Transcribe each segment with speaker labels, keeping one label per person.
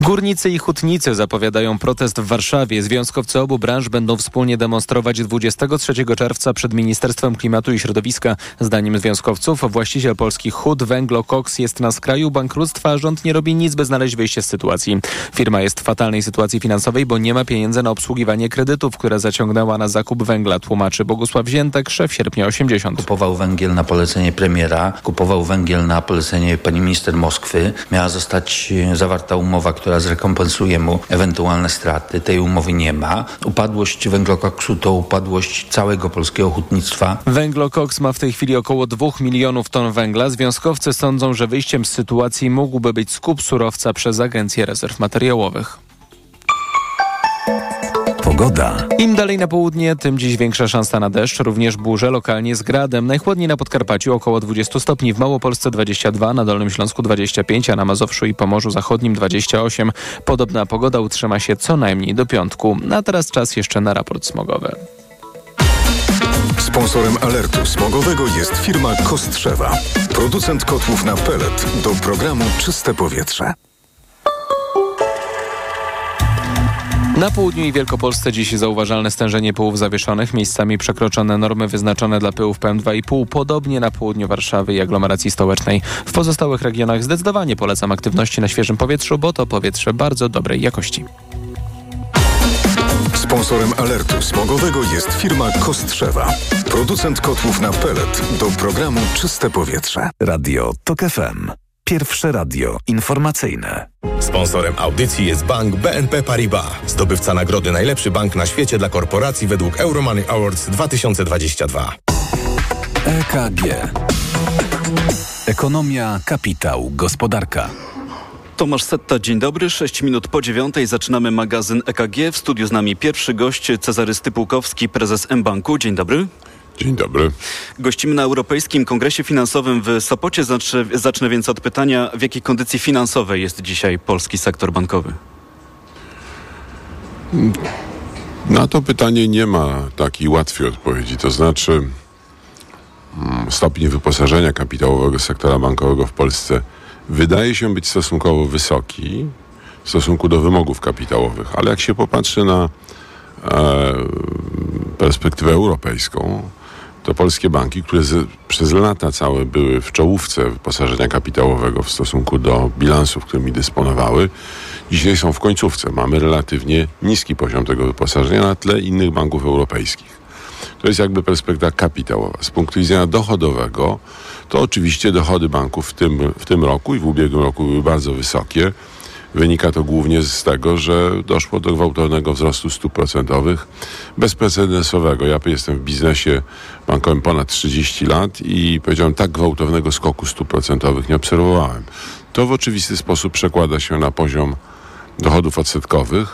Speaker 1: Górnicy i hutnicy zapowiadają protest w Warszawie. Związkowcy obu branż będą wspólnie demonstrować 23 czerwca przed Ministerstwem Klimatu i Środowiska. Zdaniem związkowców właściciel polskich hut Węglokoks jest na skraju bankructwa, a rząd nie robi nic, by znaleźć wyjście z sytuacji. Firma jest w fatalnej sytuacji finansowej, bo nie ma pieniędzy na obsługiwanie kredytów, które zaciągnęła na zakup węgla, tłumaczy Bogusław Ziętek, szef Sierpnia 80.
Speaker 2: Kupował węgiel na polecenie premiera, kupował węgiel na polecenie pani minister Moskwy. Miała zostać zawarta umowa, która zrekompensuje mu ewentualne straty. Tej umowy nie ma. Upadłość Węglokoksu to upadłość całego polskiego hutnictwa.
Speaker 1: Węglokoks ma w tej chwili około 2 milionów ton węgla. Związkowcy sądzą, że wyjściem z sytuacji mógłby być skup surowca przez Agencję Rezerw Materiałowych.
Speaker 3: Pogoda.
Speaker 1: Im dalej na południe, tym dziś większa szansa na deszcz, również burze, lokalnie z gradem. Najchłodniej na Podkarpaciu około 20 stopni, w Małopolsce 22, na Dolnym Śląsku 25, a na Mazowszu i Pomorzu Zachodnim 28. Podobna pogoda utrzyma się co najmniej do piątku. A teraz czas jeszcze na raport smogowy.
Speaker 3: Sponsorem alertu smogowego jest firma Kostrzewa. Producent kotłów na pellet do programu Czyste Powietrze.
Speaker 1: Na południu i Wielkopolsce dziś zauważalne stężenie pyłów zawieszonych, miejscami przekroczone normy wyznaczone dla pyłów PM2,5, podobnie na południu Warszawy i aglomeracji stołecznej. W pozostałych regionach zdecydowanie polecam aktywności na świeżym powietrzu, bo to powietrze bardzo dobrej jakości.
Speaker 3: Sponsorem alertu smogowego jest firma Kostrzewa. Producent kotłów na pellet do programu Czyste Powietrze. Radio TOK FM. Pierwsze radio informacyjne.
Speaker 4: Sponsorem audycji jest bank BNP Paribas, zdobywca nagrody Najlepszy Bank na świecie dla korporacji według Euromoney Awards 2022.
Speaker 3: EKG. Ekonomia, kapitał, gospodarka.
Speaker 5: Tomasz Setta, dzień dobry. 6 minut po 9:00 zaczynamy magazyn EKG. W studiu z nami pierwszy gość, Cezary Stypułkowski, prezes mBanku. Dzień dobry.
Speaker 6: Dzień dobry.
Speaker 5: Gościmy na Europejskim Kongresie Finansowym w Sopocie. Zacznę więc od pytania, w jakiej kondycji finansowej jest dzisiaj polski sektor bankowy?
Speaker 6: Na to pytanie nie ma takiej łatwej odpowiedzi. To znaczy stopień wyposażenia kapitałowego sektora bankowego w Polsce wydaje się być stosunkowo wysoki w stosunku do wymogów kapitałowych, ale jak się popatrzy na perspektywę europejską, to polskie banki, które przez lata całe były w czołówce wyposażenia kapitałowego w stosunku do bilansów, którymi dysponowały, dzisiaj są w końcówce. Mamy relatywnie niski poziom tego wyposażenia na tle innych banków europejskich. To jest jakby perspektywa kapitałowa. Z punktu widzenia dochodowego, to oczywiście dochody banków w tym roku i w ubiegłym roku były bardzo wysokie. Wynika to głównie z tego, że doszło do gwałtownego wzrostu stóp procentowych, bezprecedensowego. Ja jestem w biznesie bankowym ponad 30 lat i powiedziałem, tak gwałtownego skoku stóp procentowych nie obserwowałem. To w oczywisty sposób przekłada się na poziom dochodów odsetkowych.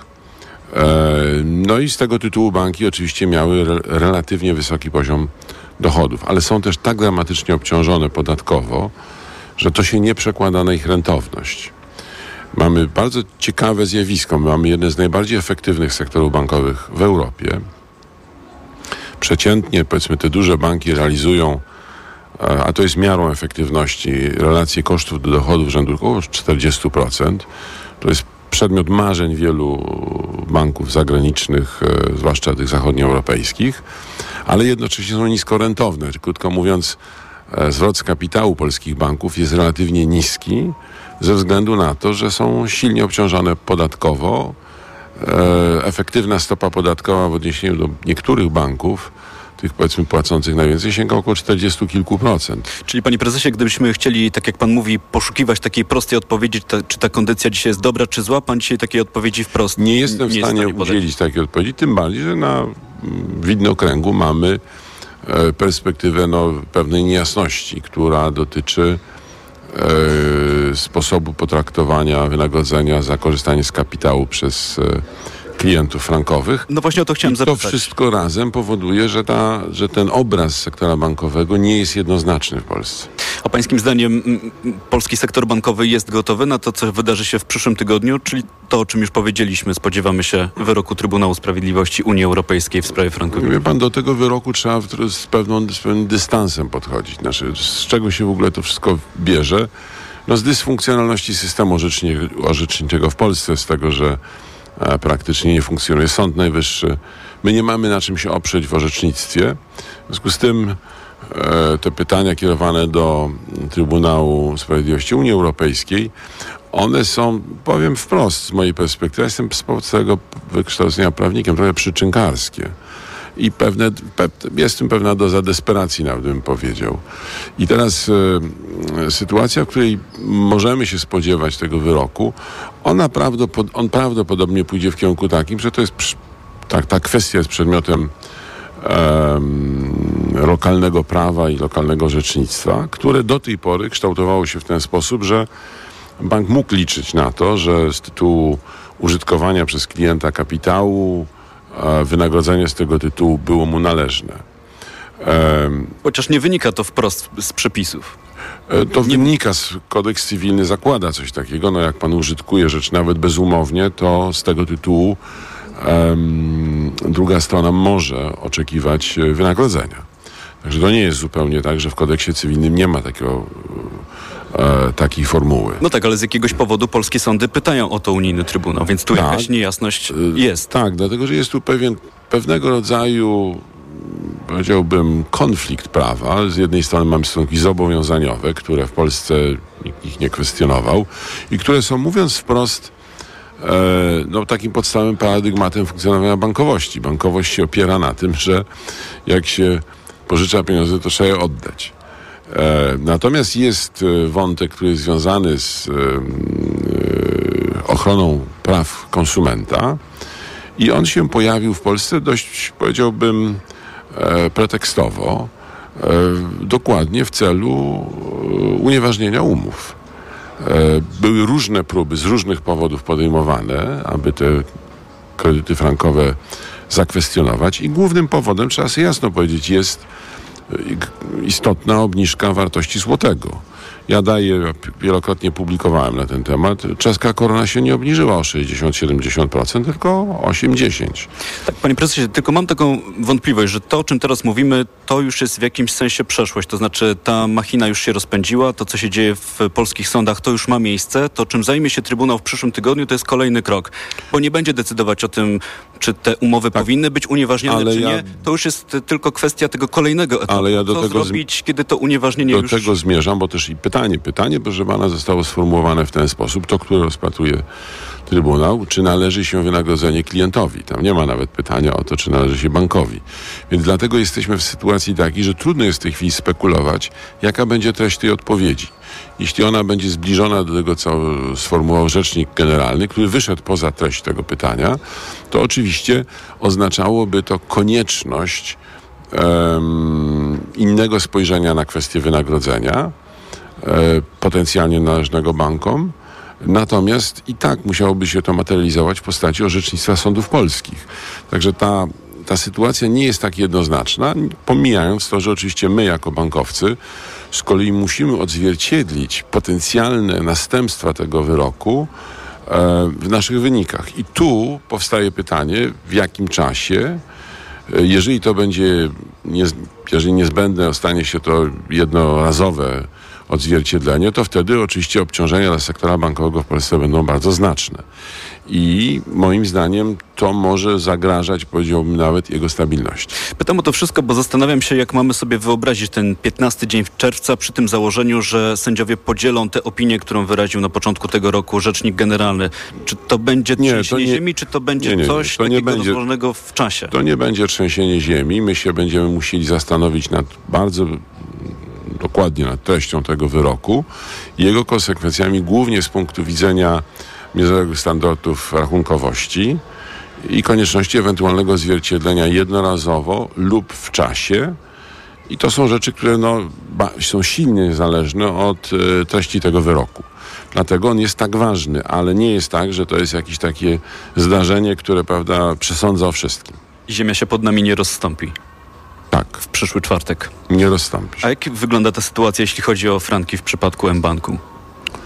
Speaker 6: No i z tego tytułu banki oczywiście miały relatywnie wysoki poziom dochodów, ale są też tak dramatycznie obciążone podatkowo, że to się nie przekłada na ich rentowność. Mamy bardzo ciekawe zjawisko. Mamy jeden z najbardziej efektywnych sektorów bankowych w Europie. Przeciętnie, powiedzmy, te duże banki realizują, a to jest miarą efektywności, relacje kosztów do dochodów rzędu około 40%. To jest przedmiot marzeń wielu banków zagranicznych, zwłaszcza tych zachodnioeuropejskich, ale jednocześnie są niskorentowne. Krótko mówiąc, zwrot z kapitału polskich banków jest relatywnie niski, ze względu na to, że są silnie obciążone podatkowo. Efektywna stopa podatkowa w odniesieniu do niektórych banków, tych powiedzmy płacących najwięcej, sięga około 40 kilku procent.
Speaker 5: Czyli panie prezesie, gdybyśmy chcieli, tak jak pan mówi, poszukiwać takiej prostej odpowiedzi, czy ta kondycja dzisiaj jest dobra, czy zła, pan dzisiaj takiej odpowiedzi wprost
Speaker 6: nie jestem w stanie udzielić takiej odpowiedzi, tym bardziej, że na widnokręgu mamy perspektywę pewnej niejasności, która dotyczy sposobu potraktowania wynagrodzenia za korzystanie z kapitału przez klientów frankowych.
Speaker 5: No właśnie o to chciałem zapytać.
Speaker 6: To wszystko razem powoduje, że ten obraz sektora bankowego nie jest jednoznaczny w Polsce.
Speaker 5: A pańskim zdaniem polski sektor bankowy jest gotowy na to, co wydarzy się w przyszłym tygodniu, czyli to, o czym już powiedzieliśmy, spodziewamy się wyroku Trybunału Sprawiedliwości Unii Europejskiej w sprawie frankowiczów?
Speaker 6: Wie pan, do tego wyroku trzeba z pewnym dystansem podchodzić. Z czego się w ogóle to wszystko bierze? z dysfunkcjonalności systemu orzeczniczego w Polsce, z tego, że praktycznie nie funkcjonuje Sąd Najwyższy. My nie mamy na czym się oprzeć w orzecznictwie. W związku z tym te pytania kierowane do Trybunału Sprawiedliwości Unii Europejskiej, one są, powiem wprost z mojej perspektywy, ja jestem z całego wykształcenia prawnikiem, trochę przyczynkarskie. I jest w tym pewna doza desperacji, nawet bym powiedział. I teraz sytuacja, w której możemy się spodziewać tego wyroku, on prawdopodobnie pójdzie w kierunku takim, że to jest ta kwestia jest przedmiotem lokalnego prawa i lokalnego orzecznictwa, które do tej pory kształtowało się w ten sposób, że bank mógł liczyć na to, że z tytułu użytkowania przez klienta kapitału wynagrodzenie z tego tytułu było mu należne.
Speaker 5: Chociaż nie wynika to wprost z przepisów.
Speaker 6: To wynika, kodeks cywilny zakłada coś takiego. No jak pan użytkuje rzecz nawet bezumownie, to z tego tytułu druga strona może oczekiwać wynagrodzenia. Także to nie jest zupełnie tak, że w kodeksie cywilnym nie ma takiej formuły.
Speaker 5: No tak, ale z jakiegoś powodu polskie sądy pytają o to unijny trybunał, więc tu jakaś niejasność jest.
Speaker 6: Tak, dlatego że jest tu pewnego rodzaju, powiedziałbym, konflikt prawa. Z jednej strony mamy stosunki zobowiązaniowe, które w Polsce nikt ich nie kwestionował i które są, mówiąc wprost, takim podstawowym paradygmatem funkcjonowania bankowości. Bankowość się opiera na tym, że jak się pożycza pieniądze, to trzeba je oddać. Natomiast jest wątek, który jest związany z ochroną praw konsumenta i on się pojawił w Polsce dość, powiedziałbym, pretekstowo, dokładnie w celu unieważnienia umów. Były różne próby z różnych powodów podejmowane, aby te kredyty frankowe zakwestionować i głównym powodem, trzeba sobie jasno powiedzieć, jest istotna obniżka wartości złotego. Ja wielokrotnie publikowałem na ten temat. Czeska korona się nie obniżyła o 60-70%, tylko o 8-10%.
Speaker 5: Tak, panie prezesie, tylko mam taką wątpliwość, że to, o czym teraz mówimy, to już jest w jakimś sensie przeszłość. To znaczy ta machina już się rozpędziła, to, co się dzieje w polskich sądach, to już ma miejsce. To, czym zajmie się Trybunał w przyszłym tygodniu, to jest kolejny krok. Bo nie będzie decydować o tym, czy te umowy powinny być unieważnione, czy nie. To już jest tylko kwestia tego kolejnego etapu.
Speaker 6: Ale ja do
Speaker 5: co
Speaker 6: tego
Speaker 5: zrobić, kiedy to unieważnienie już...
Speaker 6: Do tego zmierzam, bo też i pytanie, proszę pana, zostało sformułowane w ten sposób, to, które rozpatruje Trybunał, czy należy się wynagrodzenie klientowi. Tam nie ma nawet pytania o to, czy należy się bankowi. Więc dlatego jesteśmy w sytuacji takiej, że trudno jest w tej chwili spekulować, jaka będzie treść tej odpowiedzi. Jeśli ona będzie zbliżona do tego, co sformułował rzecznik generalny, który wyszedł poza treść tego pytania, to oczywiście oznaczałoby to konieczność innego spojrzenia na kwestię wynagrodzenia, potencjalnie należnego bankom. Natomiast i tak musiałoby się to materializować w postaci orzecznictwa sądów polskich. Także ta sytuacja nie jest tak jednoznaczna, pomijając to, że oczywiście my jako bankowcy z kolei musimy odzwierciedlić potencjalne następstwa tego wyroku w naszych wynikach. I tu powstaje pytanie, w jakim czasie, jeżeli to będzie, jeżeli niezbędne stanie się to jednorazowe odzwierciedlenie, to wtedy oczywiście obciążenia dla sektora bankowego w Polsce będą bardzo znaczne. I moim zdaniem to może zagrażać, powiedziałbym, nawet jego stabilności.
Speaker 5: Pytam o to wszystko, bo zastanawiam się, jak mamy sobie wyobrazić ten 15 dzień czerwca przy tym założeniu, że sędziowie podzielą tę opinię, którą wyraził na początku tego roku rzecznik generalny. Czy to będzie trzęsienie ziemi, czy to będzie coś takiego rozłożonego w czasie?
Speaker 6: To nie będzie trzęsienie ziemi. My się będziemy musieli zastanowić bardzo dokładnie nad treścią tego wyroku i jego konsekwencjami, głównie z punktu widzenia międzynarodowych standardów rachunkowości i konieczności ewentualnego odzwierciedlenia jednorazowo lub w czasie. I to są rzeczy, które są silnie zależne od treści tego wyroku. Dlatego on jest tak ważny, ale nie jest tak, że to jest jakieś takie zdarzenie, które, prawda, przesądza o wszystkim.
Speaker 5: Ziemia się pod nami nie rozstąpi.
Speaker 6: Tak.
Speaker 5: W przyszły czwartek.
Speaker 6: Nie rozstąpi się.
Speaker 5: A jak wygląda ta sytuacja, jeśli chodzi o franki w przypadku mBanku?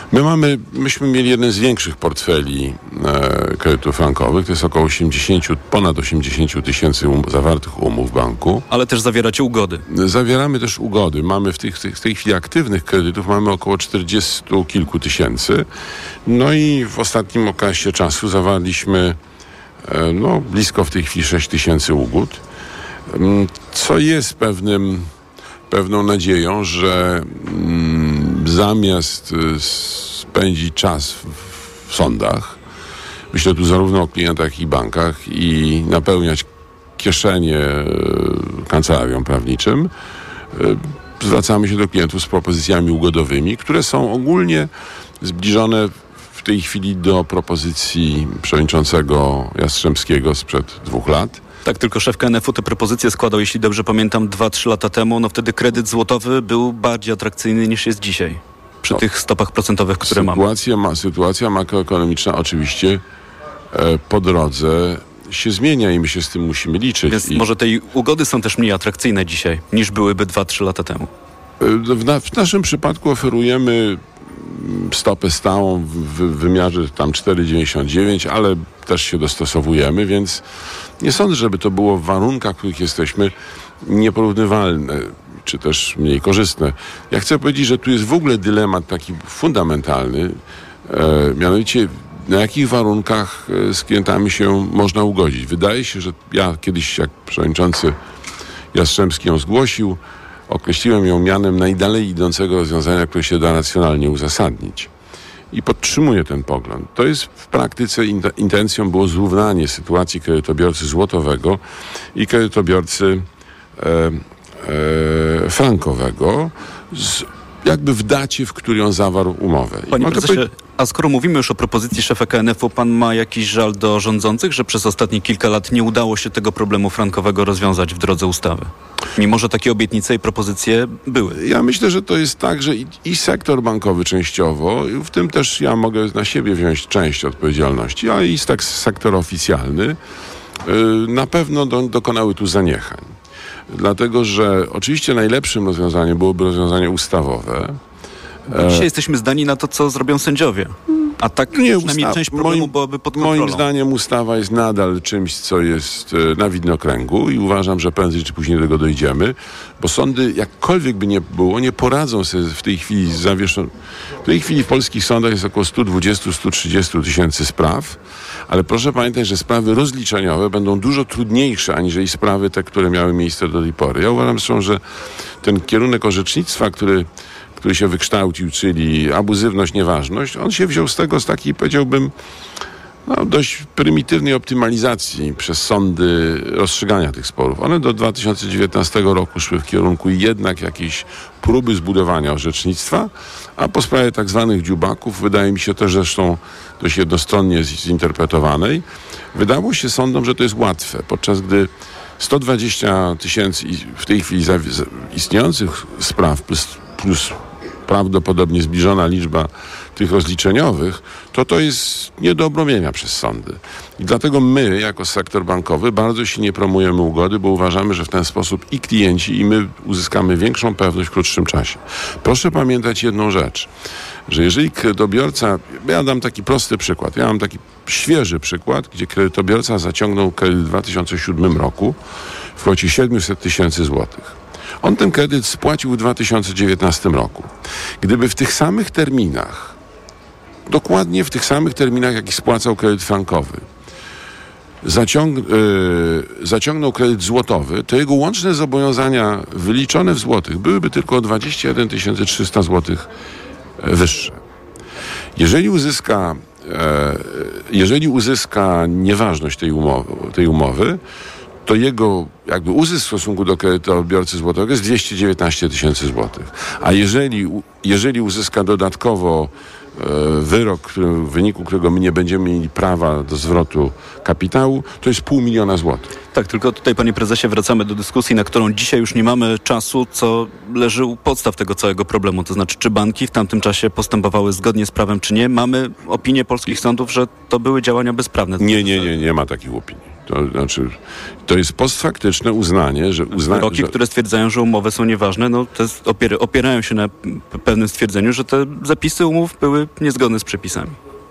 Speaker 6: Myśmy mieli jeden z większych portfeli kredytów frankowych. To jest około ponad 80 tysięcy zawartych umów w banku.
Speaker 5: Ale też zawieracie ugody.
Speaker 6: Zawieramy też ugody. Mamy w tej chwili aktywnych kredytów mamy około 40 kilku tysięcy. No i w ostatnim okresie czasu zawarliśmy blisko w tej chwili 6 tysięcy ugód, co jest pewną nadzieją, że zamiast spędzić czas w sądach, myślę tu zarówno o klientach, jak i bankach, i napełniać kieszenie kancelariom prawniczym, zwracamy się do klientów z propozycjami ugodowymi, które są ogólnie zbliżone w tej chwili do propozycji przewodniczącego Jastrzębskiego sprzed 2 lat.
Speaker 5: Tak, tylko szef KNF-u te propozycje składał, jeśli dobrze pamiętam, 2-3 lata temu. No wtedy kredyt złotowy był bardziej atrakcyjny niż jest dzisiaj. Przy tych stopach procentowych, które mamy.
Speaker 6: Sytuacja makroekonomiczna oczywiście po drodze się zmienia i my się z tym musimy liczyć.
Speaker 5: Więc może te ugody są też mniej atrakcyjne dzisiaj, niż byłyby 2-3 lata temu.
Speaker 6: W naszym przypadku oferujemy stopę stałą w wymiarze tam 4,99, ale też się dostosowujemy, więc nie sądzę, żeby to było w warunkach, w których jesteśmy, nieporównywalne, czy też mniej korzystne. Ja chcę powiedzieć, że tu jest w ogóle dylemat taki fundamentalny, mianowicie na jakich warunkach z klientami się można ugodzić. Wydaje się, że ja kiedyś, jak przewodniczący Jastrzębski ją zgłosił, określiłem ją mianem najdalej idącego rozwiązania, które się da racjonalnie uzasadnić. I podtrzymuję ten pogląd. To jest w praktyce intencją było zrównanie sytuacji kredytobiorcy złotowego i kredytobiorcy frankowego jakby w dacie, w której on zawarł umowę.
Speaker 5: Panie prezesie, a skoro mówimy już o propozycji szefa KNF-u, pan ma jakiś żal do rządzących, że przez ostatnie kilka lat nie udało się tego problemu frankowego rozwiązać w drodze ustawy? Mimo że takie obietnice i propozycje były.
Speaker 6: Ja myślę, że to jest tak, że i sektor bankowy częściowo, w tym też ja mogę na siebie wziąć część odpowiedzialności, ale i sektor oficjalny na pewno dokonały tu zaniechań. Dlatego, że oczywiście najlepszym rozwiązaniem byłoby rozwiązanie ustawowe.
Speaker 5: Dzisiaj jesteśmy zdani na to, co zrobią sędziowie. A tak przynajmniej część problemu byłaby pod kontrolą.
Speaker 6: Moim zdaniem ustawa jest nadal czymś, co jest na widnokręgu i uważam, że prędzej czy później do tego dojdziemy, bo sądy, jakkolwiek by nie było, nie poradzą sobie w tej chwili W tej chwili w polskich sądach jest około 120-130 tysięcy spraw, ale proszę pamiętać, że sprawy rozliczeniowe będą dużo trudniejsze aniżeli sprawy te, które miały miejsce do tej pory. Ja uważam zresztą, że ten kierunek orzecznictwa, który się wykształcił, czyli abuzywność, nieważność, on się wziął z takiej, powiedziałbym, dość prymitywnej optymalizacji przez sądy rozstrzygania tych sporów. One do 2019 roku szły w kierunku jednak jakiejś próby zbudowania orzecznictwa, a po sprawie tak zwanych dziubaków, wydaje mi się też zresztą dość jednostronnie zinterpretowanej, wydało się sądom, że to jest łatwe, podczas gdy 120 tysięcy w tej chwili istniejących spraw plus prawdopodobnie zbliżona liczba tych rozliczeniowych, to jest nie do obrobienia przez sądy. I dlatego my, jako sektor bankowy, bardzo silnie promujemy ugody, bo uważamy, że w ten sposób i klienci, i my uzyskamy większą pewność w krótszym czasie. Proszę pamiętać jedną rzecz, że jeżeli kredytobiorca, ja dam taki prosty przykład, ja mam taki świeży przykład, gdzie kredytobiorca zaciągnął kredyt w 2007 roku w kwocie 700 tysięcy złotych. On ten kredyt spłacił w 2019 roku. Gdyby w tych samych terminach, dokładnie w tych samych terminach, jaki spłacał kredyt frankowy, zaciągnął kredyt złotowy, to jego łączne zobowiązania wyliczone w złotych byłyby tylko o 21 300 złotych wyższe. Jeżeli uzyska nieważność tej umowy, to jego jakby uzysk w stosunku do kredytobiorcy złotego jest 219 tysięcy złotych. A jeżeli uzyska dodatkowo wyrok, w wyniku którego my nie będziemy mieli prawa do zwrotu kapitału, to jest 500 000 złotych.
Speaker 5: Tak, tylko tutaj, panie prezesie, wracamy do dyskusji, na którą dzisiaj już nie mamy czasu, co leży u podstaw tego całego problemu. To znaczy, czy banki w tamtym czasie postępowały zgodnie z prawem, czy nie. Mamy opinię polskich sądów, że to były działania bezprawne.
Speaker 6: Nie ma takich opinii. To jest postfaktyczne uznanie, że...
Speaker 5: Wyroki, które stwierdzają, że umowy są nieważne, opierają się na pewnym stwierdzeniu, że te zapisy umów były niezgodne z przepisami.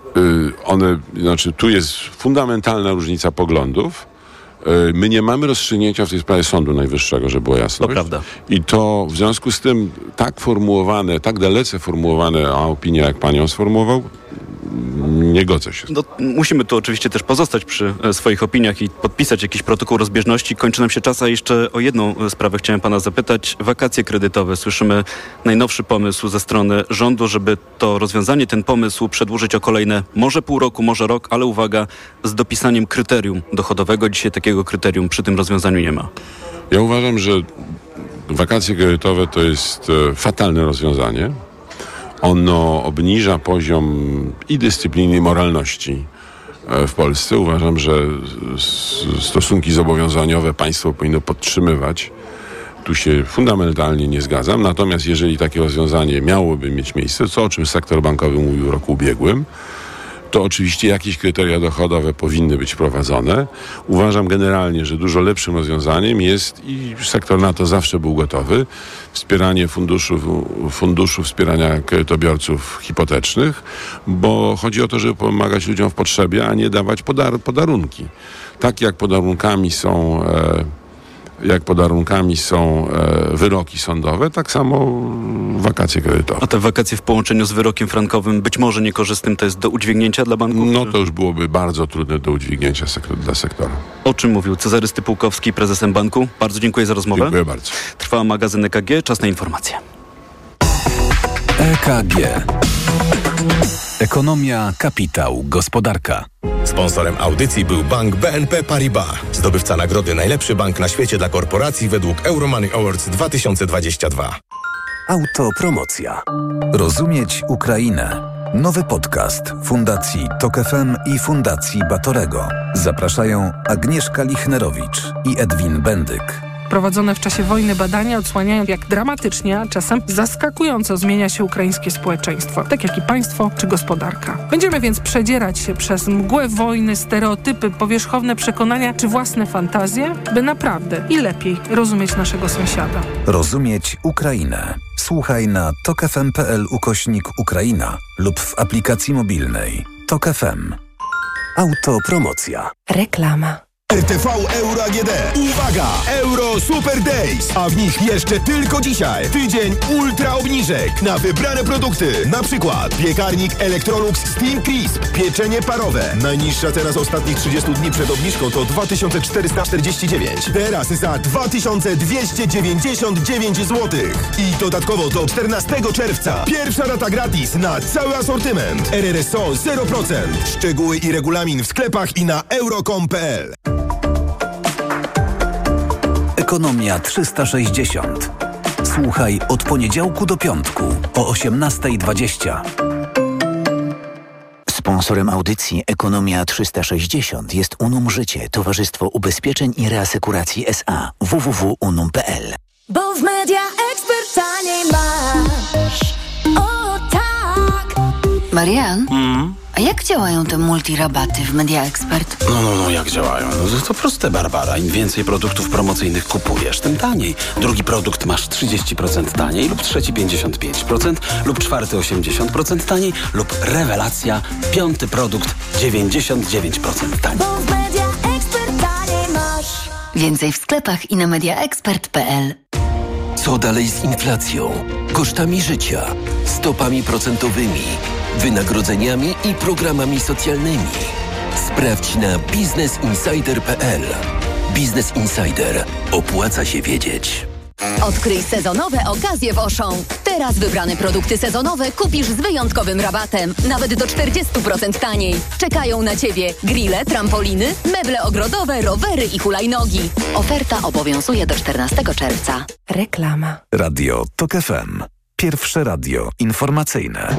Speaker 6: Tu jest fundamentalna różnica poglądów. My nie mamy rozstrzygnięcia w tej sprawie Sądu Najwyższego, żeby była jasność.
Speaker 5: To prawda.
Speaker 6: I to w związku z tym tak dalece formułowane opinie, jak pan ją sformułował, nie godzę się.
Speaker 5: Musimy tu oczywiście też pozostać przy swoich opiniach i podpisać jakiś protokół rozbieżności. Kończy nam się czas, a jeszcze o jedną sprawę chciałem pana zapytać. Wakacje kredytowe. Słyszymy najnowszy pomysł ze strony rządu, żeby to rozwiązanie, ten pomysł przedłużyć o kolejne może pół roku, może rok, ale uwaga, z dopisaniem kryterium dochodowego. Dzisiaj takiego kryterium przy tym rozwiązaniu nie ma.
Speaker 6: Ja uważam, że wakacje kredytowe to jest fatalne rozwiązanie. Ono obniża poziom i dyscypliny, i moralności w Polsce. Uważam, że stosunki zobowiązaniowe państwo powinno podtrzymywać. Tu się fundamentalnie nie zgadzam. Natomiast jeżeli takie rozwiązanie miałoby mieć miejsce, o czym sektor bankowy mówił w roku ubiegłym, to oczywiście jakieś kryteria dochodowe powinny być wprowadzone. Uważam generalnie, że dużo lepszym rozwiązaniem jest, i sektor na to zawsze był gotowy, wspieranie funduszu wspierania kredytobiorców hipotecznych, bo chodzi o to, żeby pomagać ludziom w potrzebie, a nie dawać podarunki. Tak jak podarunkami są wyroki sądowe, tak samo wakacje kredytowe.
Speaker 5: A te wakacje w połączeniu z wyrokiem frankowym być może niekorzystnym to jest do udźwignięcia dla banków?
Speaker 6: To już byłoby bardzo trudne do udźwignięcia dla sektora.
Speaker 5: O czym mówił Cezary Stypułkowski, prezesem banku. Bardzo dziękuję za rozmowę.
Speaker 6: Dziękuję bardzo.
Speaker 5: Trwa magazyn EKG. Czas na informacje.
Speaker 3: EKG. Ekonomia, kapitał, gospodarka.
Speaker 4: Sponsorem audycji był bank BNP Paribas, zdobywca nagrody Najlepszy bank na świecie dla korporacji według Euromoney Awards 2022.
Speaker 3: Autopromocja. Rozumieć Ukrainę. Nowy podcast Fundacji Tok FM i Fundacji Batorego. Zapraszają Agnieszka Lichnerowicz i Edwin Bendyk.
Speaker 7: Prowadzone w czasie wojny badania odsłaniają, jak dramatycznie, a czasem zaskakująco zmienia się ukraińskie społeczeństwo, tak jak i państwo czy gospodarka. Będziemy więc przedzierać się przez mgłę wojny, stereotypy, powierzchowne przekonania czy własne fantazje, by naprawdę i lepiej rozumieć naszego sąsiada.
Speaker 3: Rozumieć Ukrainę. Słuchaj na tokfm.pl/Ukraina lub w aplikacji mobilnej. Tok FM. Autopromocja.
Speaker 8: Reklama.
Speaker 9: RTV Euro AGD. Uwaga! Euro Super Days! A w nich jeszcze tylko dzisiaj tydzień ultra obniżek na wybrane produkty. Na przykład piekarnik Electrolux Steam Crisp, pieczenie parowe. Najniższa teraz ostatnich 30 dni przed obniżką to 2449. Teraz za 2299 zł. I dodatkowo do 14 czerwca. Pierwsza rata gratis na cały asortyment. RRSO 0%. Szczegóły i regulamin w sklepach i na euro.com.pl.
Speaker 3: Ekonomia 360. Słuchaj od poniedziałku do piątku o 18:20.
Speaker 8: Sponsorem audycji Ekonomia 360 jest Unum Życie, Towarzystwo Ubezpieczeń i Reasekuracji S.A. www.unum.pl.
Speaker 10: Bo w Media Expert taniej masz. O tak!
Speaker 11: Marian? A jak działają te multirabaty w Media Expert?
Speaker 12: No, jak działają? To proste, Barbara. Im więcej produktów promocyjnych kupujesz, tym taniej. Drugi produkt masz 30% taniej, lub trzeci 55%, lub czwarty 80% taniej, lub rewelacja, piąty produkt 99% taniej.
Speaker 10: Bo w Media Expert taniej masz.
Speaker 11: Więcej w sklepach i na mediaexpert.pl.
Speaker 13: Co dalej z inflacją, kosztami życia, stopami procentowymi, wynagrodzeniami i programami socjalnymi? Sprawdź na biznesinsider.pl. Biznes Insider. Opłaca się wiedzieć.
Speaker 14: Odkryj sezonowe okazje w Auchan. Teraz wybrane produkty sezonowe kupisz z wyjątkowym rabatem. Nawet do 40% taniej. Czekają na Ciebie grille, trampoliny, meble ogrodowe, rowery i hulajnogi. Oferta obowiązuje do 14 czerwca.
Speaker 7: Reklama.
Speaker 3: Radio Tok FM. Pierwsze radio informacyjne.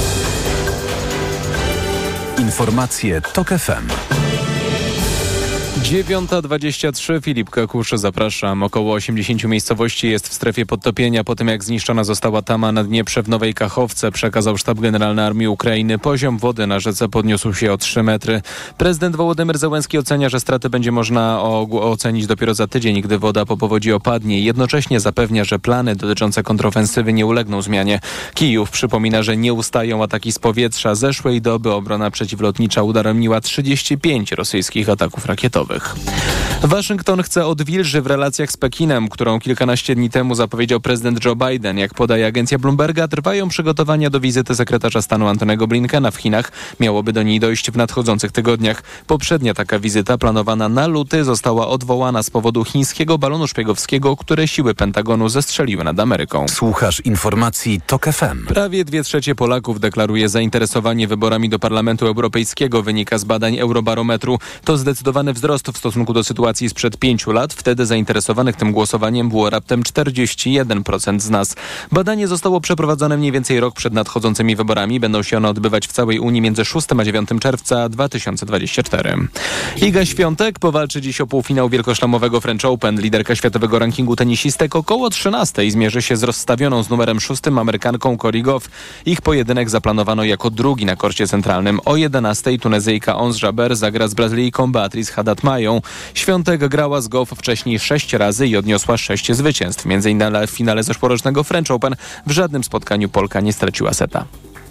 Speaker 3: Informacje Tok FM.
Speaker 1: 9:23, Filip Kakusz, zapraszam. Około 80 miejscowości jest w strefie podtopienia po tym, jak zniszczona została tama na Dnieprze w Nowej Kachowce, przekazał Sztab Generalny Armii Ukrainy. Poziom wody na rzece podniósł się o 3 metry. Prezydent Wołodymyr Zełenski ocenia, że straty będzie można ocenić dopiero za tydzień, gdy woda po powodzi opadnie. Jednocześnie zapewnia, że plany dotyczące kontrofensywy nie ulegną zmianie. Kijów przypomina, że nie ustają ataki z powietrza. Zeszłej doby obrona przeciwlotnicza udaremniła 35 rosyjskich ataków rakietowych. Waszyngton chce odwilży w relacjach z Pekinem, którą kilkanaście dni temu zapowiedział prezydent Joe Biden. Jak podaje agencja Bloomberga, trwają przygotowania do wizyty sekretarza stanu Antonego Blinkena w Chinach. Miałoby do niej dojść w nadchodzących tygodniach. Poprzednia taka wizyta, planowana na luty, została odwołana z powodu chińskiego balonu szpiegowskiego, które siły Pentagonu zestrzeliły nad Ameryką.
Speaker 3: Słuchasz informacji TOK FM.
Speaker 1: Prawie 2/3 Polaków deklaruje zainteresowanie wyborami do Parlamentu Europejskiego, wynika z badań Eurobarometru. To zdecydowany wzrost w stosunku do sytuacji sprzed 5 lat. Wtedy zainteresowanych tym głosowaniem było raptem 41% z nas. Badanie zostało przeprowadzone mniej więcej rok przed nadchodzącymi wyborami. Będą się one odbywać w całej Unii między 6 a 9 czerwca 2024. Iga Świątek powalczy dziś o półfinał wielkoszlemowego French Open. Liderka światowego rankingu tenisistek około 13 zmierzy się z rozstawioną z numerem 6 Amerykanką Cory Goff. Ich pojedynek zaplanowano jako drugi na korcie centralnym. O 11 Tunezyjka Ons Jabeur zagra z Brazylijką Beatriz Haddad-Mają. Świątek grała z Goff wcześniej 6 razy i odniosła 6 zwycięstw. Między innymi w finale zeszłorocznego French Open w żadnym spotkaniu Polka nie straciła seta.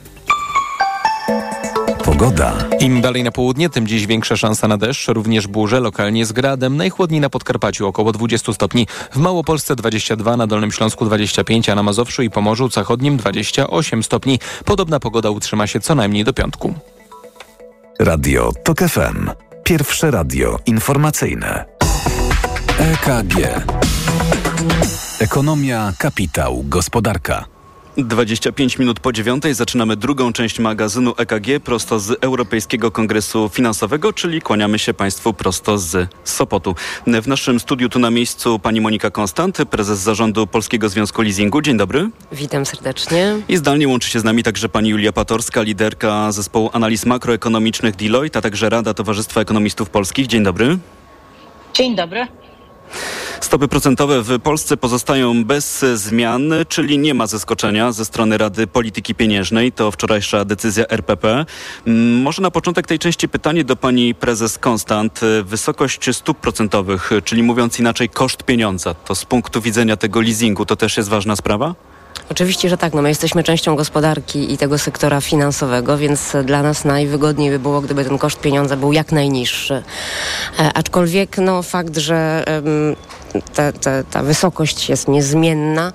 Speaker 3: Pogoda.
Speaker 1: Im dalej na południe, tym dziś większa szansa na deszcz, również burze, lokalnie z gradem. Najchłodniej na Podkarpaciu około 20 stopni. W Małopolsce 22, na Dolnym Śląsku 25, a na Mazowszu i Pomorzu Zachodnim 28 stopni. Podobna pogoda utrzyma się co najmniej do piątku.
Speaker 3: Radio TOK FM. Pierwsze radio informacyjne. EKG. Ekonomia, kapitał, gospodarka.
Speaker 5: 25 minut po 9:00 zaczynamy drugą część magazynu EKG prosto z Europejskiego Kongresu Finansowego, czyli kłaniamy się Państwu prosto z Sopotu. W naszym studiu tu na miejscu pani Monika Konstant, prezes zarządu Polskiego Związku Leasingu. Dzień dobry.
Speaker 15: Witam serdecznie.
Speaker 5: I zdalnie łączy się z nami także pani Julia Patorska, liderka zespołu analiz makroekonomicznych Deloitte, a także Rada Towarzystwa Ekonomistów Polskich. Dzień dobry.
Speaker 16: Dzień dobry.
Speaker 5: Stopy procentowe w Polsce pozostają bez zmian, czyli nie ma zaskoczenia ze strony Rady Polityki Pieniężnej. To wczorajsza decyzja RPP. Może na początek tej części pytanie do pani prezes Konstant. Wysokość stóp procentowych, czyli mówiąc inaczej koszt pieniądza, to z punktu widzenia tego leasingu to też jest ważna sprawa?
Speaker 15: Oczywiście, że tak. My jesteśmy częścią gospodarki i tego sektora finansowego, więc dla nas najwygodniej by było, gdyby ten koszt pieniądza był jak najniższy. Aczkolwiek fakt, że ta wysokość jest niezmienna,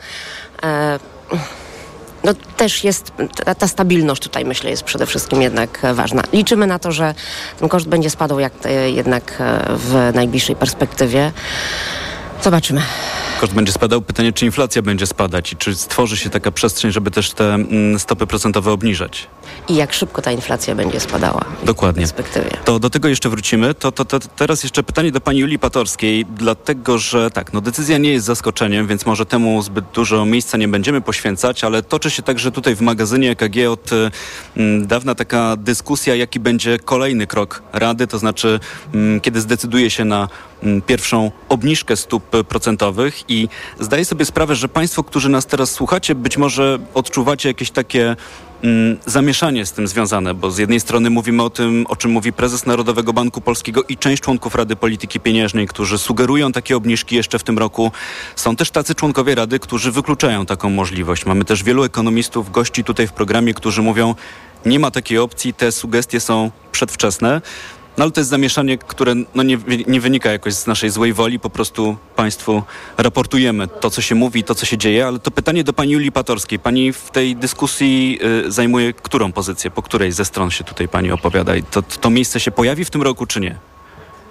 Speaker 15: też jest, ta stabilność tutaj, myślę, jest przede wszystkim jednak ważna. Liczymy na to, że ten koszt będzie spadał jednak w najbliższej perspektywie. Zobaczymy.
Speaker 5: Koszt będzie spadał. Pytanie, czy inflacja będzie spadać i czy stworzy się taka przestrzeń, żeby też te stopy procentowe obniżać?
Speaker 15: I jak szybko ta inflacja będzie spadała.
Speaker 5: Dokładnie.
Speaker 15: W perspektywie.
Speaker 5: To do tego jeszcze wrócimy. To teraz jeszcze pytanie do pani Julii Patorskiej, dlatego że decyzja nie jest zaskoczeniem, więc może temu zbyt dużo miejsca nie będziemy poświęcać, ale toczy się także tutaj w magazynie EKG od dawna taka dyskusja, jaki będzie kolejny krok Rady, to znaczy kiedy zdecyduje się na pierwszą obniżkę stóp procentowych i zdaję sobie sprawę, że państwo, którzy nas teraz słuchacie, być może odczuwacie jakieś takie zamieszanie z tym związane, bo z jednej strony mówimy o tym, o czym mówi prezes Narodowego Banku Polskiego i część członków Rady Polityki Pieniężnej, którzy sugerują takie obniżki jeszcze w tym roku. Są też tacy członkowie Rady, którzy wykluczają taką możliwość. Mamy też wielu ekonomistów, gości tutaj w programie, którzy mówią, nie ma takiej opcji, te sugestie są przedwczesne. No ale to jest zamieszanie, które nie wynika jakoś z naszej złej woli, po prostu państwu raportujemy to, co się mówi, to, co się dzieje, ale to pytanie do pani Julii Patorskiej. Pani w tej dyskusji zajmuje którą pozycję, po której ze stron się tutaj pani opowiada i to miejsce się pojawi w tym roku, czy nie?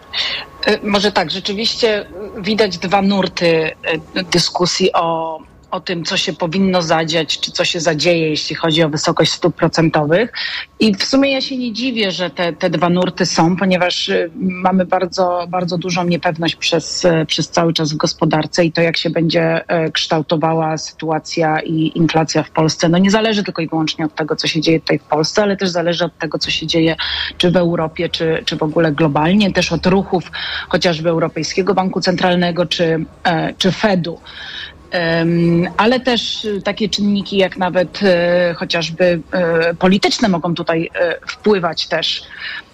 Speaker 16: Może tak, rzeczywiście widać dwa nurty dyskusji o o tym, co się powinno zadziać, czy co się zadzieje, jeśli chodzi o wysokość stóp procentowych. I w sumie ja się nie dziwię, że te dwa nurty są, ponieważ mamy bardzo, bardzo dużą niepewność przez cały czas w gospodarce i to, jak się będzie kształtowała sytuacja i inflacja w Polsce, no nie zależy tylko i wyłącznie od tego, co się dzieje tutaj w Polsce, ale też zależy od tego, co się dzieje czy w Europie, czy w ogóle globalnie, też od ruchów chociażby Europejskiego Banku Centralnego, czy Fedu. Ale też takie czynniki jak nawet chociażby polityczne mogą tutaj wpływać też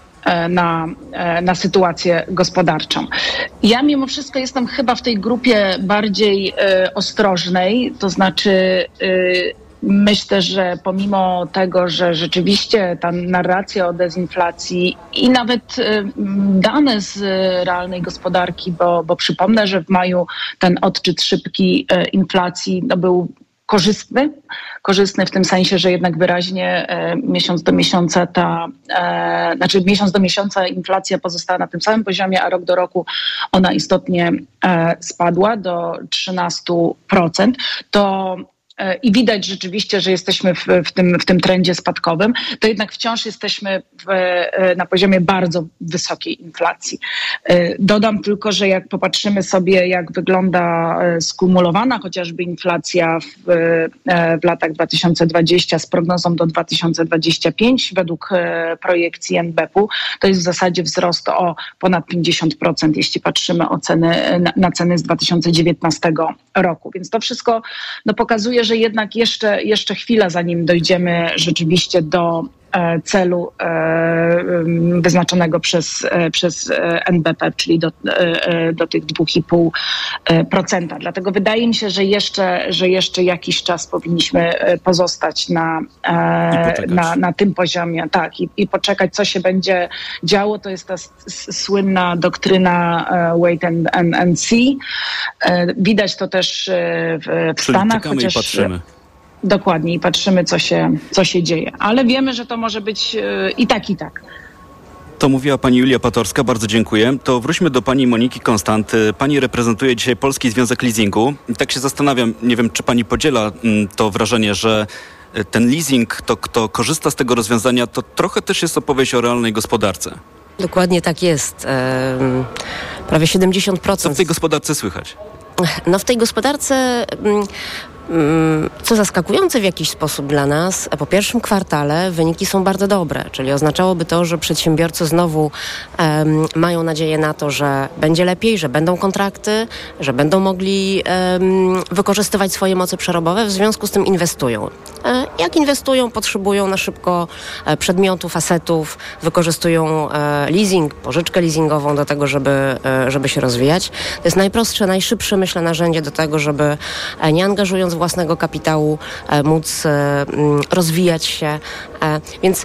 Speaker 16: na sytuację gospodarczą. Ja mimo wszystko jestem chyba w tej grupie bardziej ostrożnej, to znaczy myślę, że pomimo tego, że rzeczywiście ta narracja o dezinflacji i nawet dane z realnej gospodarki, bo przypomnę, że w maju ten odczyt szybki inflacji był korzystny w tym sensie, że jednak wyraźnie miesiąc do miesiąca inflacja pozostała na tym samym poziomie, a rok do roku ona istotnie spadła do 13%. I widać rzeczywiście, że jesteśmy w tym trendzie spadkowym, to jednak wciąż jesteśmy na poziomie bardzo wysokiej inflacji. Dodam tylko, że jak popatrzymy sobie, jak wygląda skumulowana chociażby inflacja w latach 2020 z prognozą do 2025 według projekcji NBP-u, to jest w zasadzie wzrost o ponad 50%, jeśli patrzymy na ceny z 2019 roku. Więc to wszystko pokazuje, że jednak jeszcze chwila, zanim dojdziemy rzeczywiście do celu wyznaczonego przez NBP, czyli do tych 2,5%. Dlatego wydaje mi się, że jeszcze jakiś czas powinniśmy pozostać na tym poziomie, tak, i poczekać, co się będzie działo. To jest ta słynna doktryna wait and see. Widać to też w Stanach, chociaż...
Speaker 5: I patrzymy.
Speaker 16: Dokładnie, i patrzymy, co się dzieje. Ale wiemy, że to może być i tak, i tak.
Speaker 5: To mówiła pani Julia Patorska, bardzo dziękuję. To wróćmy do pani Moniki Konstanty. Pani reprezentuje dzisiaj Polski Związek Leasingu. I tak się zastanawiam, nie wiem, czy pani podziela to wrażenie, że ten leasing, to kto korzysta z tego rozwiązania, to trochę też jest opowieść o realnej gospodarce.
Speaker 15: Dokładnie tak jest. Prawie 70%.
Speaker 5: Co w tej gospodarce słychać?
Speaker 15: No w tej gospodarce... Co zaskakujące w jakiś sposób dla nas, po pierwszym kwartale wyniki są bardzo dobre, czyli oznaczałoby to, że przedsiębiorcy znowu mają nadzieję na to, że będzie lepiej, że będą kontrakty, że będą mogli wykorzystywać swoje moce przerobowe, w związku z tym inwestują. Jak inwestują, potrzebują na szybko przedmiotów, asetów, wykorzystują leasing, pożyczkę leasingową do tego, żeby się rozwijać. To jest najprostsze, najszybsze, myślę, narzędzie do tego, żeby nie angażując własnego kapitału móc rozwijać się. Więc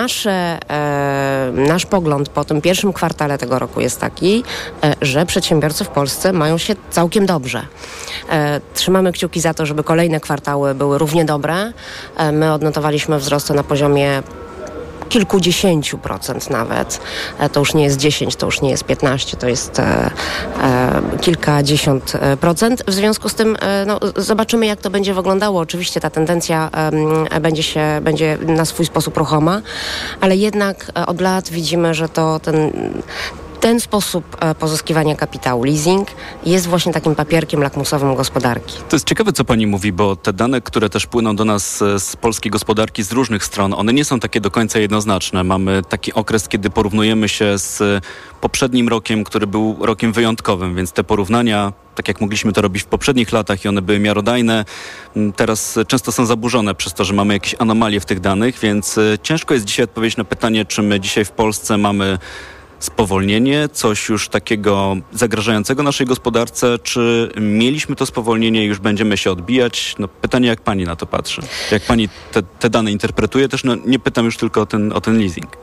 Speaker 15: nasz pogląd po tym pierwszym kwartale tego roku jest taki, że przedsiębiorcy w Polsce mają się całkiem dobrze. Trzymamy kciuki za to, żeby kolejne kwartały były równie dobre. My odnotowaliśmy wzrosty na poziomie kilkudziesięciu procent nawet. To już nie jest 10, to już nie jest 15, to jest kilkadziesiąt procent. W związku z tym zobaczymy, jak to będzie wyglądało. Oczywiście ta tendencja będzie na swój sposób ruchoma, ale jednak od lat widzimy, że ten sposób pozyskiwania kapitału, leasing, jest właśnie takim papierkiem lakmusowym gospodarki.
Speaker 5: To jest ciekawe, co pani mówi, bo te dane, które też płyną do nas z polskiej gospodarki z różnych stron, one nie są takie do końca jednoznaczne. Mamy taki okres, kiedy porównujemy się z poprzednim rokiem, który był rokiem wyjątkowym, więc te porównania, tak jak mogliśmy to robić w poprzednich latach i one były miarodajne, teraz często są zaburzone przez to, że mamy jakieś anomalie w tych danych, więc ciężko jest dzisiaj odpowiedzieć na pytanie, czy my dzisiaj w Polsce mamy spowolnienie, coś już takiego zagrażającego naszej gospodarce, czy mieliśmy to spowolnienie i już będziemy się odbijać? Pytanie, jak pani na to patrzy? Jak pani te dane interpretuje? Też nie pytam już tylko o ten leasing.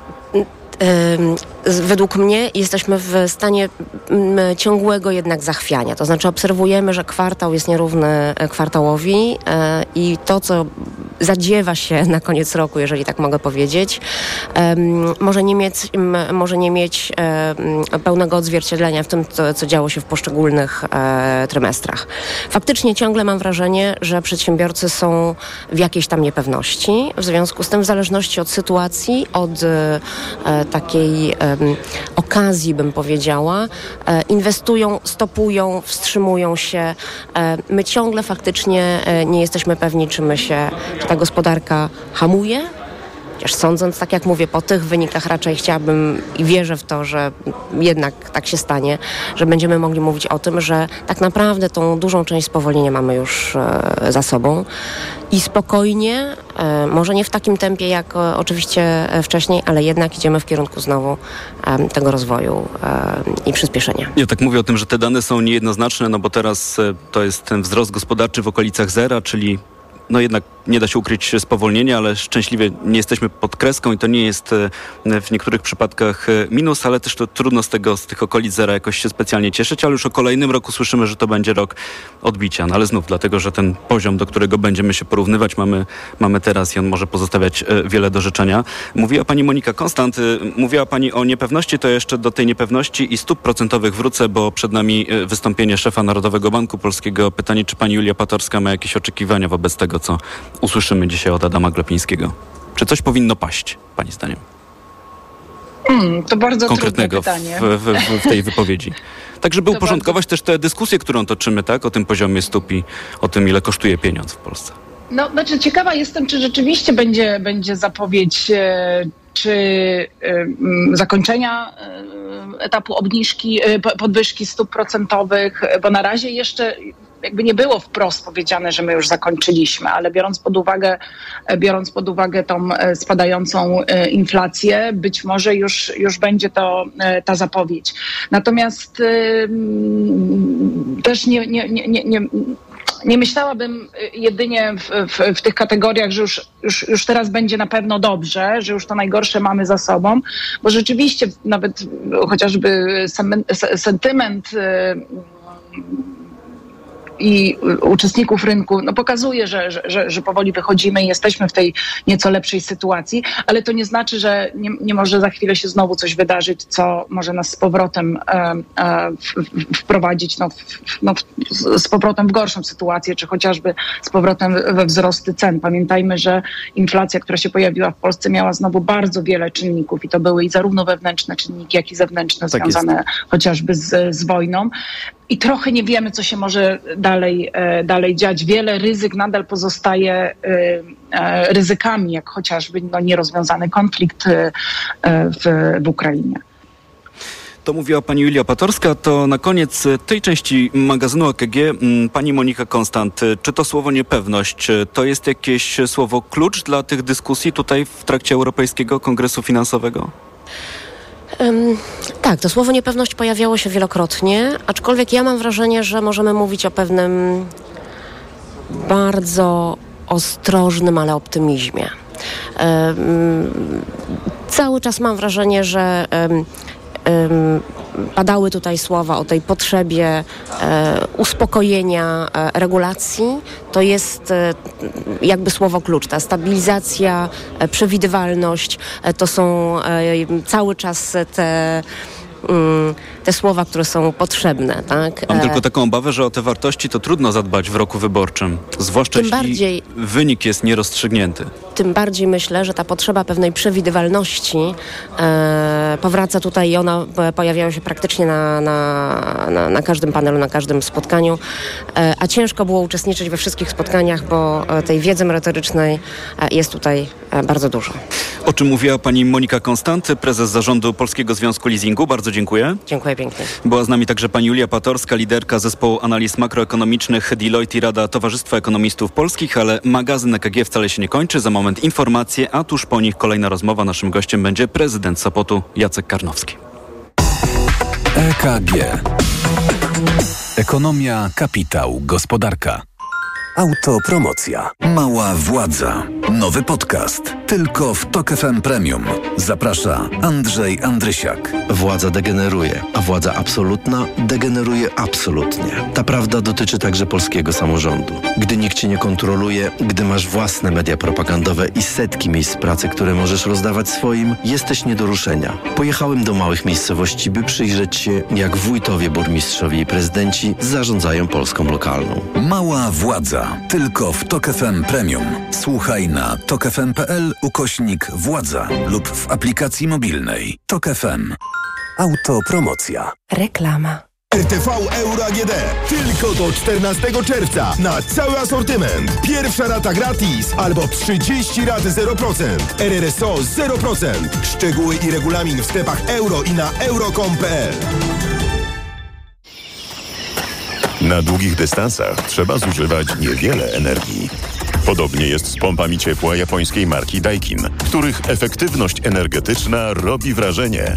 Speaker 15: Według mnie jesteśmy w stanie ciągłego jednak zachwiania. To znaczy obserwujemy, że kwartał jest nierówny kwartałowi i to, co zadziewa się na koniec roku, jeżeli tak mogę powiedzieć, może nie mieć pełnego odzwierciedlenia w tym, co działo się w poszczególnych trymestrach. Faktycznie ciągle mam wrażenie, że przedsiębiorcy są w jakiejś tam niepewności. W związku z tym, w zależności od sytuacji, od takiej okazji, bym powiedziała, inwestują, stopują, wstrzymują się. My ciągle faktycznie nie jesteśmy pewni, czy ta gospodarka hamuje. Chociaż sądząc, tak jak mówię, po tych wynikach raczej chciałabym i wierzę w to, że jednak tak się stanie, że będziemy mogli mówić o tym, że tak naprawdę tą dużą część spowolnienia mamy już za sobą i spokojnie, może nie w takim tempie jak oczywiście wcześniej, ale jednak idziemy w kierunku znowu tego rozwoju i przyspieszenia.
Speaker 5: Ja tak mówię o tym, że te dane są niejednoznaczne, no bo teraz to jest ten wzrost gospodarczy w okolicach zera, czyli no jednak nie da się ukryć spowolnienia, ale szczęśliwie nie jesteśmy pod kreską i to nie jest w niektórych przypadkach minus, ale też to trudno z tych okolic zera jakoś się specjalnie cieszyć, ale już o kolejnym roku słyszymy, że to będzie rok odbicia. No ale znów dlatego, że ten poziom, do którego będziemy się porównywać, mamy teraz i on może pozostawiać wiele do życzenia. Mówiła pani Monika Konstant, mówiła pani o niepewności, to jeszcze do tej niepewności i stóp procentowych wrócę, bo przed nami wystąpienie szefa Narodowego Banku Polskiego. Pytanie, czy pani Julia Patorska ma jakieś oczekiwania wobec tego, co usłyszymy dzisiaj od Adama Glapińskiego. Czy coś powinno paść, pani zdaniem?
Speaker 16: To bardzo
Speaker 5: konkretnego
Speaker 16: trudne pytanie.
Speaker 5: w tej wypowiedzi. Tak, żeby uporządkować też tę dyskusję, którą toczymy, tak, o tym poziomie stóp i o tym, ile kosztuje pieniądz w Polsce.
Speaker 16: No, znaczy ciekawa jestem, czy rzeczywiście będzie zapowiedź czy zakończenia etapu podwyżki stóp procentowych, bo na razie jeszcze jakby nie było wprost powiedziane, że my już zakończyliśmy, ale biorąc pod uwagę tą spadającą inflację, być może już będzie to ta zapowiedź. Natomiast też nie myślałabym jedynie w tych kategoriach, że już teraz będzie na pewno dobrze, że już to najgorsze mamy za sobą, bo rzeczywiście nawet chociażby sentyment i uczestników rynku pokazuje, że powoli wychodzimy i jesteśmy w tej nieco lepszej sytuacji, ale to nie znaczy, że nie może za chwilę się znowu coś wydarzyć, co może nas z powrotem wprowadzić z powrotem w gorszą sytuację, czy chociażby z powrotem we wzrosty cen. Pamiętajmy, że inflacja, która się pojawiła w Polsce, miała znowu bardzo wiele czynników i to były i zarówno wewnętrzne czynniki, jak i zewnętrzne, tak związane chociażby z wojną. I trochę nie wiemy, co się może dalej dziać. Wiele ryzyk nadal pozostaje ryzykami, jak chociażby nierozwiązany konflikt w Ukrainie.
Speaker 5: To mówiła pani Julia Patorska. To na koniec tej części magazynu AKG pani Monika Konstant. Czy to słowo niepewność to jest jakieś słowo klucz dla tych dyskusji tutaj w trakcie Europejskiego Kongresu Finansowego?
Speaker 15: Tak, to słowo niepewność pojawiało się wielokrotnie, aczkolwiek ja mam wrażenie, że możemy mówić o pewnym bardzo ostrożnym, ale optymizmie. Cały czas mam wrażenie, że padały tutaj słowa o tej potrzebie uspokojenia regulacji. To jest jakby słowo klucz. Ta stabilizacja, przewidywalność to są cały czas te słowa, które są potrzebne. Tak?
Speaker 5: Mam tylko taką obawę, że o te wartości to trudno zadbać w roku wyborczym, zwłaszcza jeśli wynik jest nierozstrzygnięty.
Speaker 15: Tym bardziej myślę, że ta potrzeba pewnej przewidywalności powraca tutaj i ona pojawiała się praktycznie na każdym panelu, na każdym spotkaniu, a ciężko było uczestniczyć we wszystkich spotkaniach, bo tej wiedzy merytorycznej jest tutaj bardzo dużo.
Speaker 5: O czym mówiła pani Monika Konstant, prezes zarządu Polskiego Związku Leasingu. Bardzo dziękuję.
Speaker 15: Dziękuję pięknie.
Speaker 5: Była z nami także pani Julia Patorska, liderka zespołu analiz makroekonomicznych Deloitte i Rada Towarzystwa Ekonomistów Polskich, ale magazyn EKG wcale się nie kończy. Za moment informacje, a tuż po nich kolejna rozmowa. Naszym gościem będzie prezydent Sopotu Jacek Karnowski.
Speaker 3: EKG. Ekonomia, kapitał, gospodarka. Autopromocja. Mała władza. Nowy podcast. Tylko w TOK FM Premium. Zaprasza Andrzej Andrysiak.
Speaker 17: Władza degeneruje, a władza absolutna degeneruje absolutnie. Ta prawda dotyczy także polskiego samorządu. Gdy nikt cię nie kontroluje, gdy masz własne media propagandowe i setki miejsc pracy, które możesz rozdawać swoim, jesteś nie do ruszenia. Pojechałem do małych miejscowości, by przyjrzeć się, jak wójtowie, burmistrzowie i prezydenci zarządzają Polską lokalną.
Speaker 3: Mała władza. Tylko w TOK FM Premium. Słuchaj na tokfm.pl/władza lub w aplikacji mobilnej. TOK FM. Autopromocja.
Speaker 14: Reklama.
Speaker 9: RTV Euro AGD. Tylko do 14 czerwca na cały asortyment. Pierwsza rata gratis albo 30 rat 0%. RRSO 0%. Szczegóły i regulamin w sklepach euro i na euro.com.pl.
Speaker 18: Na długich dystansach trzeba zużywać niewiele energii. Podobnie jest z pompami ciepła japońskiej marki Daikin, których efektywność energetyczna robi wrażenie.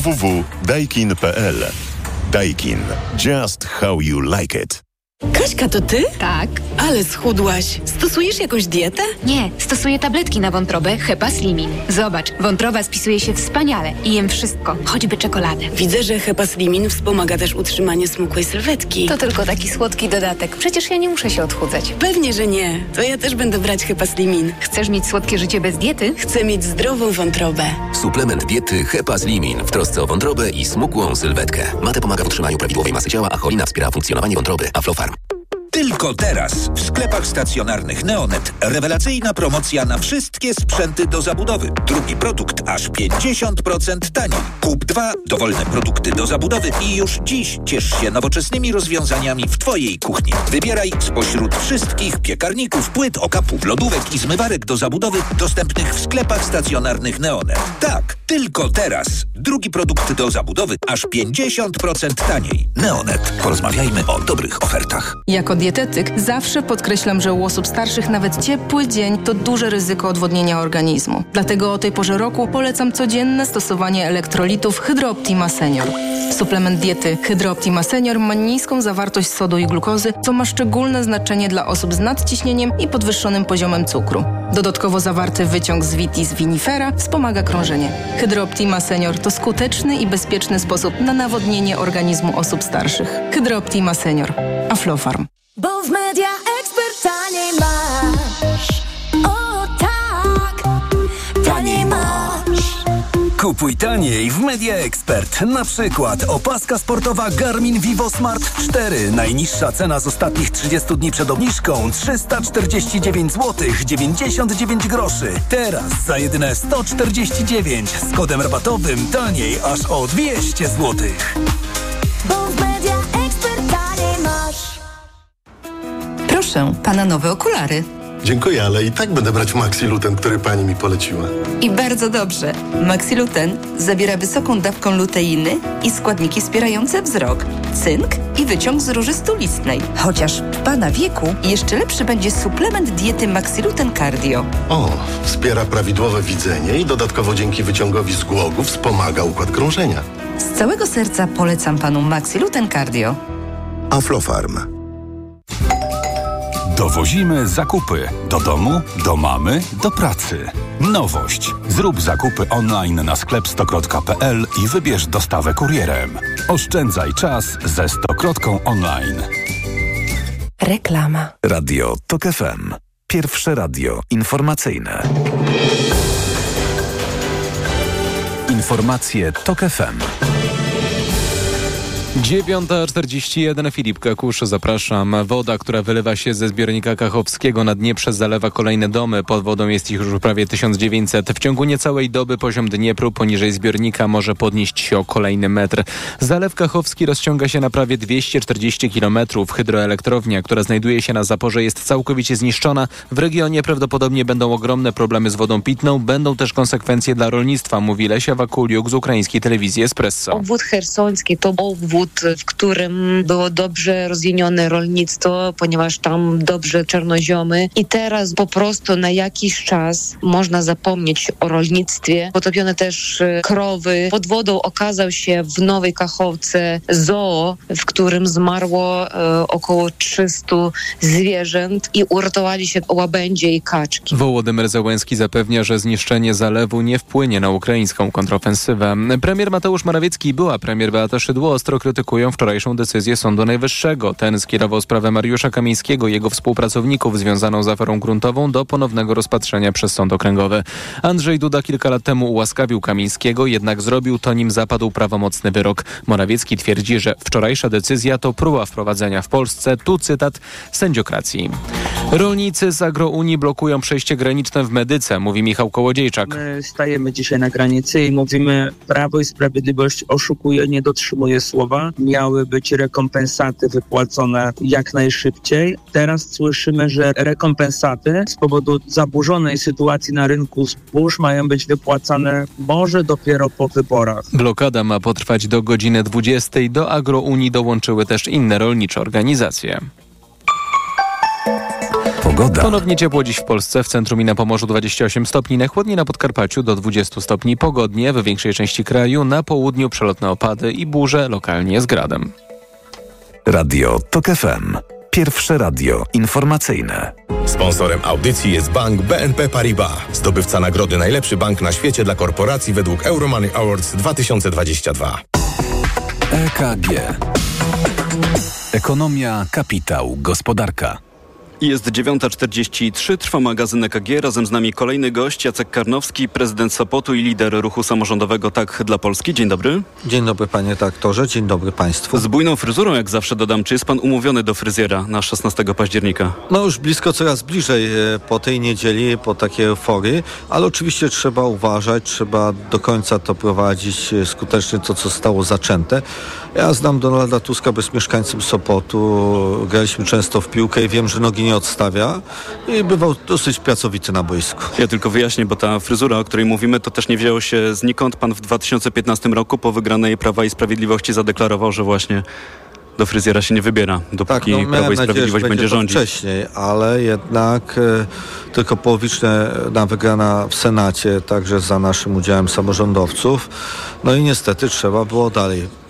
Speaker 18: www.daikin.pl. Daikin. Just how you like it.
Speaker 19: Kaśka, to ty? Tak. Ale schudłaś. Stosujesz jakąś dietę?
Speaker 20: Nie, stosuję tabletki na wątrobę Hepaslimin. Zobacz, wątroba spisuje się wspaniale i jem wszystko, choćby czekoladę.
Speaker 19: Widzę, że Hepaslimin wspomaga też utrzymanie smukłej sylwetki.
Speaker 20: To tylko taki słodki dodatek. Przecież ja nie muszę się odchudzać.
Speaker 19: Pewnie, że nie. To ja też będę brać Hepaslimin.
Speaker 20: Chcesz mieć słodkie życie bez diety?
Speaker 19: Chcę mieć zdrową wątrobę.
Speaker 13: Suplement diety Hepaslimin w trosce o wątrobę i smukłą sylwetkę. Mate pomaga w utrzymaniu prawidłowej masy ciała, a cholina wspiera funkcjonowanie wątroby. Aflofarm.
Speaker 21: Tylko teraz w sklepach stacjonarnych Neonet rewelacyjna promocja na wszystkie sprzęty do zabudowy. Drugi produkt aż 50% taniej. Kup 2 dowolne produkty do zabudowy i już dziś ciesz się nowoczesnymi rozwiązaniami w Twojej kuchni. Wybieraj spośród wszystkich piekarników, płyt, okapów, lodówek i zmywarek do zabudowy dostępnych w sklepach stacjonarnych Neonet. Tak, tylko teraz. Drugi produkt do zabudowy aż 50% taniej. Neonet. Porozmawiajmy o dobrych ofertach.
Speaker 22: Jako dietetyk zawsze podkreślam, że u osób starszych nawet ciepły dzień to duże ryzyko odwodnienia organizmu. Dlatego o tej porze roku polecam codzienne stosowanie elektrolitów Hydro Optima Senior. Suplement diety Hydro Optima Senior ma niską zawartość sodu i glukozy, co ma szczególne znaczenie dla osób z nadciśnieniem i podwyższonym poziomem cukru. Dodatkowo zawarty wyciąg z Vitis vinifera wspomaga krążenie. Hydro Optima Senior to skuteczny i bezpieczny sposób na nawodnienie organizmu osób starszych. Hydro Optima Senior. Aflofarm.
Speaker 10: Bo w Media Expert taniej masz. O tak, taniej masz.
Speaker 23: Kupuj taniej w Media Expert. Na przykład opaska sportowa Garmin Vivo Smart 4. Najniższa cena z ostatnich 30 dni przed obniżką 349 zł 99 groszy. Teraz za jedyne 149 z kodem rabatowym taniej aż o 200 zł.
Speaker 10: Bo w Media Expert taniej masz.
Speaker 24: Proszę, pana nowe okulary.
Speaker 25: Dziękuję, ale i tak będę brać Maxiluten, który pani mi poleciła.
Speaker 24: I bardzo dobrze. Maxiluten zawiera wysoką dawką luteiny i składniki wspierające wzrok, cynk i wyciąg z róży stulistnej. Chociaż w pana wieku jeszcze lepszy będzie suplement diety Maxiluten Cardio.
Speaker 25: O, wspiera prawidłowe widzenie i dodatkowo dzięki wyciągowi z głogu wspomaga układ krążenia.
Speaker 24: Z całego serca polecam panu Maxiluten Cardio.
Speaker 25: Aflofarm.
Speaker 26: Dowozimy zakupy do domu, do mamy, do pracy. Nowość. Zrób zakupy online na sklep100.pl i wybierz dostawę kurierem. Oszczędzaj czas ze 100krotką online.
Speaker 14: Reklama.
Speaker 3: Radio TOK FM. Pierwsze radio informacyjne. Informacje TOK FM.
Speaker 1: 9:41. Filip Kakusz, zapraszam. Woda, która wylewa się ze zbiornika Kachowskiego na Dnieprze, zalewa kolejne domy. Pod wodą jest ich już prawie 1900. W ciągu niecałej doby poziom Dniepru poniżej zbiornika może podnieść się o kolejny metr. Zalew Kachowski rozciąga się na prawie 240 km. Hydroelektrownia, która znajduje się na zaporze, jest całkowicie zniszczona. W regionie prawdopodobnie będą ogromne problemy z wodą pitną. Będą też konsekwencje dla rolnictwa, mówi Lesia Wakuliuk z ukraińskiej telewizji Espresso.
Speaker 27: Obwód chersoński to obwód
Speaker 2: obwód, w którym było dobrze rozwinione rolnictwo, ponieważ tam dobrze czarnoziomy i teraz po prostu na jakiś czas można zapomnieć o rolnictwie. Potopione też krowy. Pod wodą okazał się w Nowej Kachowce zoo, w którym zmarło około 300 zwierząt i uratowali się łabędzie i kaczki.
Speaker 1: Wołodymyr Zełenski zapewnia, że zniszczenie zalewu nie wpłynie na ukraińską kontrofensywę. Premier Mateusz Morawiecki i była premier Beata Szydło ostro krytykują wczorajszą decyzję Sądu Najwyższego. Ten skierował sprawę Mariusza Kamińskiego i jego współpracowników związaną z aferą gruntową do ponownego rozpatrzenia przez Sąd Okręgowy. Andrzej Duda kilka lat temu ułaskawił Kamińskiego, jednak zrobił to, nim zapadł prawomocny wyrok. Morawiecki twierdzi, że wczorajsza decyzja to próba wprowadzenia w Polsce, tu cytat, sędziokracji. Rolnicy z Agrounii blokują przejście graniczne w Medyce, mówi Michał Kołodziejczak.
Speaker 4: My stajemy dzisiaj na granicy i mówimy, Prawo i Sprawiedliwość oszukuje, nie dotrzymuje słowa. Miały być rekompensaty wypłacone jak najszybciej. Teraz słyszymy, że rekompensaty z powodu zaburzonej sytuacji na rynku zbóż mają być wypłacane może dopiero po wyborach.
Speaker 1: Blokada ma potrwać do godziny 20. Do Agrounii dołączyły też inne rolnicze organizacje.
Speaker 3: Pogoda.
Speaker 1: Ponownie ciepło dziś w Polsce, w centrum i na Pomorzu 28 stopni, najchłodniej na Podkarpaciu do 20 stopni, pogodnie w większej części kraju, na południu przelotne opady i burze, lokalnie z gradem.
Speaker 3: Radio TOK FM. Pierwsze radio informacyjne.
Speaker 9: Sponsorem audycji jest bank BNP Paribas, zdobywca nagrody Najlepszy Bank na świecie dla korporacji według Euromoney Awards 2022.
Speaker 26: EKG. Ekonomia, kapitał, gospodarka.
Speaker 5: Jest 9:43, trwa magazyn EKG. Razem z nami kolejny gość, Jacek Karnowski, prezydent Sopotu i lider ruchu samorządowego Tak dla Polski. Dzień dobry.
Speaker 6: Dzień dobry panie redaktorze, dzień dobry państwu.
Speaker 5: Z bujną fryzurą, jak zawsze dodam, czy jest pan umówiony do fryzjera na 16 października?
Speaker 6: No już blisko, coraz bliżej po tej niedzieli, po takiej euforii, ale oczywiście trzeba uważać, trzeba do końca to prowadzić skutecznie, to co zostało zaczęte. Ja znam Donalda Tuska, bo jest mieszkańcem Sopotu, graliśmy często w piłkę i wiem, że nogi nie odstawia i bywał dosyć pracowity na boisku.
Speaker 5: Ja tylko wyjaśnię, bo ta fryzura, o której mówimy, to też nie wzięło się znikąd. Pan w 2015 roku po wygranej Prawa i Sprawiedliwości zadeklarował, że właśnie do fryzjera się nie wybiera, dopóki Prawo i Sprawiedliwość będzie rządzić.
Speaker 6: Wcześniej, ale jednak tylko połowiczna wygrana w Senacie, także za naszym udziałem samorządowców. No i niestety trzeba było dalej.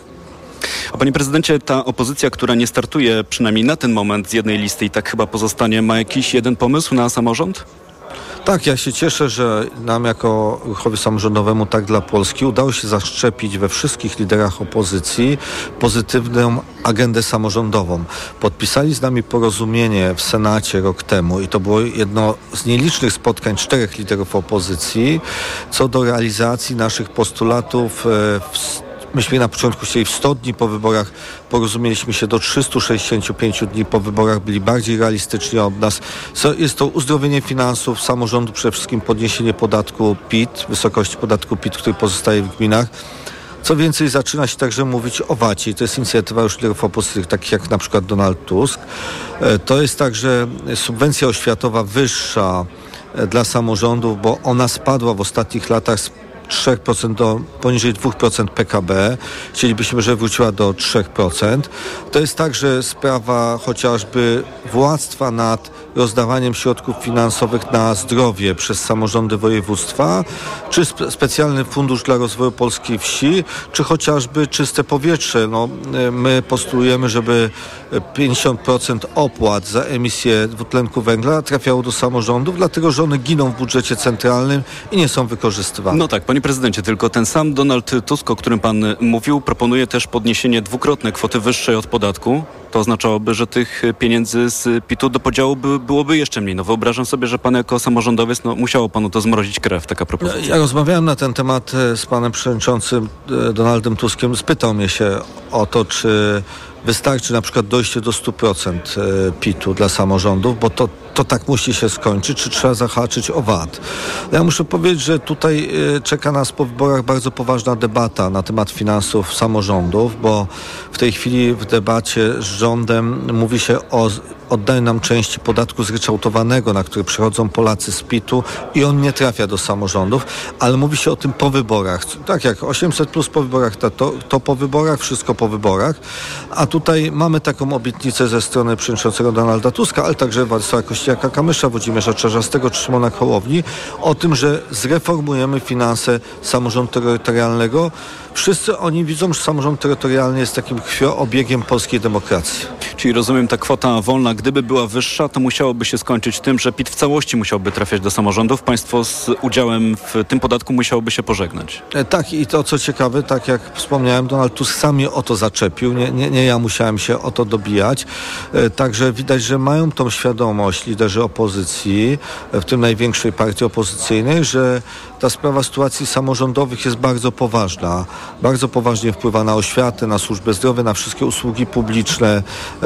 Speaker 5: A panie prezydencie, ta opozycja, która nie startuje przynajmniej na ten moment z jednej listy i tak chyba pozostanie, ma jakiś jeden pomysł na samorząd?
Speaker 6: Tak, ja się cieszę, że nam jako ruchowi samorządowemu Tak dla Polski udało się zaszczepić we wszystkich liderach opozycji pozytywną agendę samorządową. Podpisali z nami porozumienie w Senacie rok temu i to było jedno z nielicznych spotkań 4 liderów opozycji co do realizacji naszych postulatów Myśmy na początku chcieli w 100 dni po wyborach, porozumieliśmy się do 365 dni po wyborach, byli bardziej realistyczni od nas. Jest to uzdrowienie finansów samorządu, przede wszystkim podniesienie podatku PIT, wysokości podatku PIT, który pozostaje w gminach. Co więcej, zaczyna się także mówić o VAT-ie. To jest inicjatywa już liderów opozycji, takich jak na przykład Donald Tusk. To jest także subwencja oświatowa wyższa dla samorządów, bo ona spadła w ostatnich latach z 3% do poniżej 2% PKB. Chcielibyśmy, żeby wróciła do 3%. To jest także sprawa chociażby władztwa nad rozdawaniem środków finansowych na zdrowie przez samorządy województwa, czy specjalny fundusz dla rozwoju polskiej wsi, czy chociażby czyste powietrze. My postulujemy, żeby 50% opłat za emisję dwutlenku węgla trafiało do samorządów, dlatego że one giną w budżecie centralnym i nie są wykorzystywane.
Speaker 5: No tak, panie prezydencie, tylko ten sam Donald Tusk, o którym pan mówił, proponuje też podniesienie dwukrotnej kwoty wyższej od podatku. To oznaczałoby, że tych pieniędzy z PIT-u do podziału byłoby jeszcze mniej. Wyobrażam sobie, że pan jako samorządowiec musiało panu to zmrozić krew, taka propozycja.
Speaker 6: Ja rozmawiałem na ten temat z panem przewodniczącym Donaldem Tuskiem. Spytał mnie się o to, czy wystarczy na przykład dojście do 100% PIT-u dla samorządów, bo to tak musi się skończyć, czy trzeba zahaczyć o VAT. Ja muszę powiedzieć, że tutaj czeka nas po wyborach bardzo poważna debata na temat finansów samorządów, bo w tej chwili w debacie z rządem mówi się o oddają nam części podatku zryczałtowanego, na który przychodzą Polacy z PIT-u i on nie trafia do samorządów, ale mówi się o tym po wyborach. Tak jak 800 plus po wyborach, to po wyborach, wszystko po wyborach. A tutaj mamy taką obietnicę ze strony przewodniczącego Donalda Tuska, ale także Władysława Kościelaka-Kamysza, Włodzimierza Czarzastego czy Szymona Hołowni, o tym, że zreformujemy finanse samorządu terytorialnego. Wszyscy oni widzą, że samorząd terytorialny jest takim krwioobiegiem polskiej demokracji.
Speaker 5: Czyli rozumiem, ta kwota wolna, gdyby była wyższa, to musiałoby się skończyć tym, że PIT w całości musiałby trafiać do samorządów. Państwo z udziałem w tym podatku musiałoby się pożegnać.
Speaker 6: Tak, i to co ciekawe, tak jak wspomniałem, Donald Tusk sam mnie o to zaczepił, nie ja musiałem się o to dobijać. Także widać, że mają tą świadomość liderzy opozycji, w tym największej partii opozycyjnej, że ta sprawa sytuacji samorządowych jest bardzo poważna. Bardzo poważnie wpływa na oświatę, na służbę zdrowia, na wszystkie usługi publiczne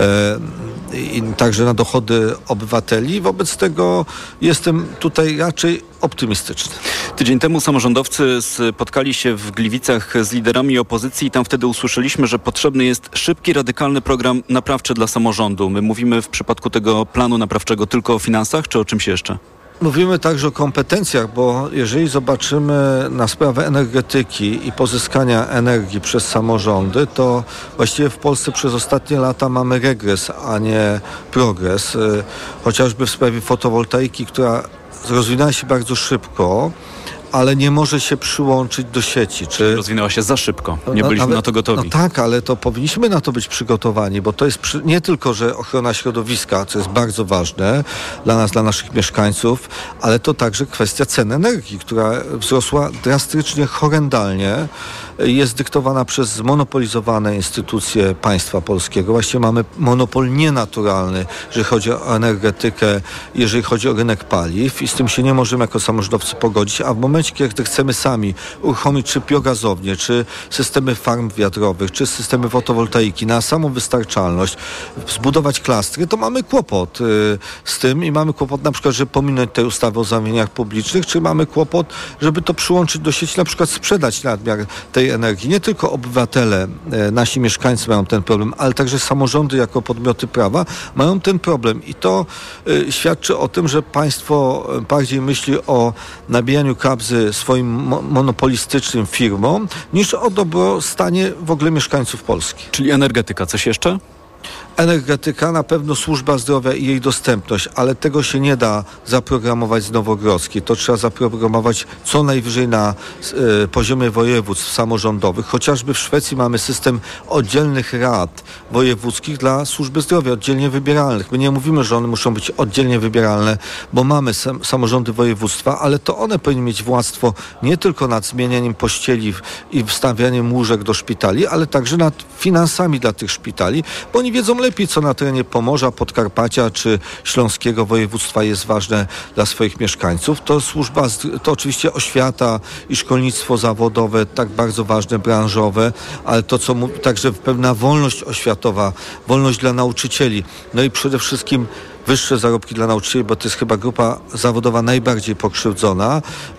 Speaker 6: i także na dochody obywateli. Wobec tego jestem tutaj raczej optymistyczny.
Speaker 5: Tydzień temu samorządowcy spotkali się w Gliwicach z liderami opozycji i tam wtedy usłyszeliśmy, że potrzebny jest szybki, radykalny program naprawczy dla samorządu. My mówimy w przypadku tego planu naprawczego tylko o finansach, czy o czymś jeszcze?
Speaker 6: Mówimy także o kompetencjach, bo jeżeli zobaczymy na sprawę energetyki i pozyskania energii przez samorządy, to właściwie w Polsce przez ostatnie lata mamy regres, a nie progres. Chociażby w sprawie fotowoltaiki, która rozwinęła się bardzo szybko, ale nie może się przyłączyć do sieci.
Speaker 5: Czy rozwinęła się za szybko. Nie byliśmy na to gotowi.
Speaker 6: No tak, ale to powinniśmy na to być przygotowani, bo to jest nie tylko, że ochrona środowiska, co jest bardzo ważne dla nas, dla naszych mieszkańców, ale to także kwestia cen energii, która wzrosła drastycznie, horrendalnie. Jest dyktowana przez zmonopolizowane instytucje państwa polskiego. Właściwie mamy monopol nienaturalny, jeżeli chodzi o energetykę, jeżeli chodzi o rynek paliw i z tym się nie możemy jako samorządowcy pogodzić, a w momencie, kiedy chcemy sami uruchomić czy biogazownie, czy systemy farm wiatrowych, czy systemy fotowoltaiki na samowystarczalność, zbudować klastry, to mamy kłopot z tym i mamy kłopot na przykład, żeby pominąć tę ustawę o zamówieniach publicznych, czy mamy kłopot, żeby to przyłączyć do sieci, na przykład sprzedać nadmiar tej energii. Nie tylko obywatele, nasi mieszkańcy mają ten problem, ale także samorządy jako podmioty prawa mają ten problem i to świadczy o tym, że państwo bardziej myśli o nabijaniu kabzy swoim monopolistycznym firmom niż o dobrostanie w ogóle mieszkańców Polski.
Speaker 5: Czyli energetyka, coś jeszcze?
Speaker 6: Energetyka, na pewno służba zdrowia i jej dostępność, ale tego się nie da zaprogramować z Nowogrodzkiej. To trzeba zaprogramować co najwyżej na poziomie województw samorządowych. Chociażby w Szwecji mamy system oddzielnych rad wojewódzkich dla służby zdrowia, oddzielnie wybieralnych. My nie mówimy, że one muszą być oddzielnie wybieralne, bo mamy samorządy województwa, ale to one powinny mieć władztwo nie tylko nad zmienianiem pościeli i wstawianiem łóżek do szpitali, ale także nad finansami dla tych szpitali, bo oni wiedzą lepiej, co na terenie Pomorza, Podkarpacia czy Śląskiego województwa jest ważne dla swoich mieszkańców. To oczywiście oświata i szkolnictwo zawodowe, tak bardzo ważne, branżowe, ale to, co także pewna wolność oświatowa, wolność dla nauczycieli, no i przede wszystkim wyższe zarobki dla nauczycieli, bo to jest chyba grupa zawodowa najbardziej pokrzywdzona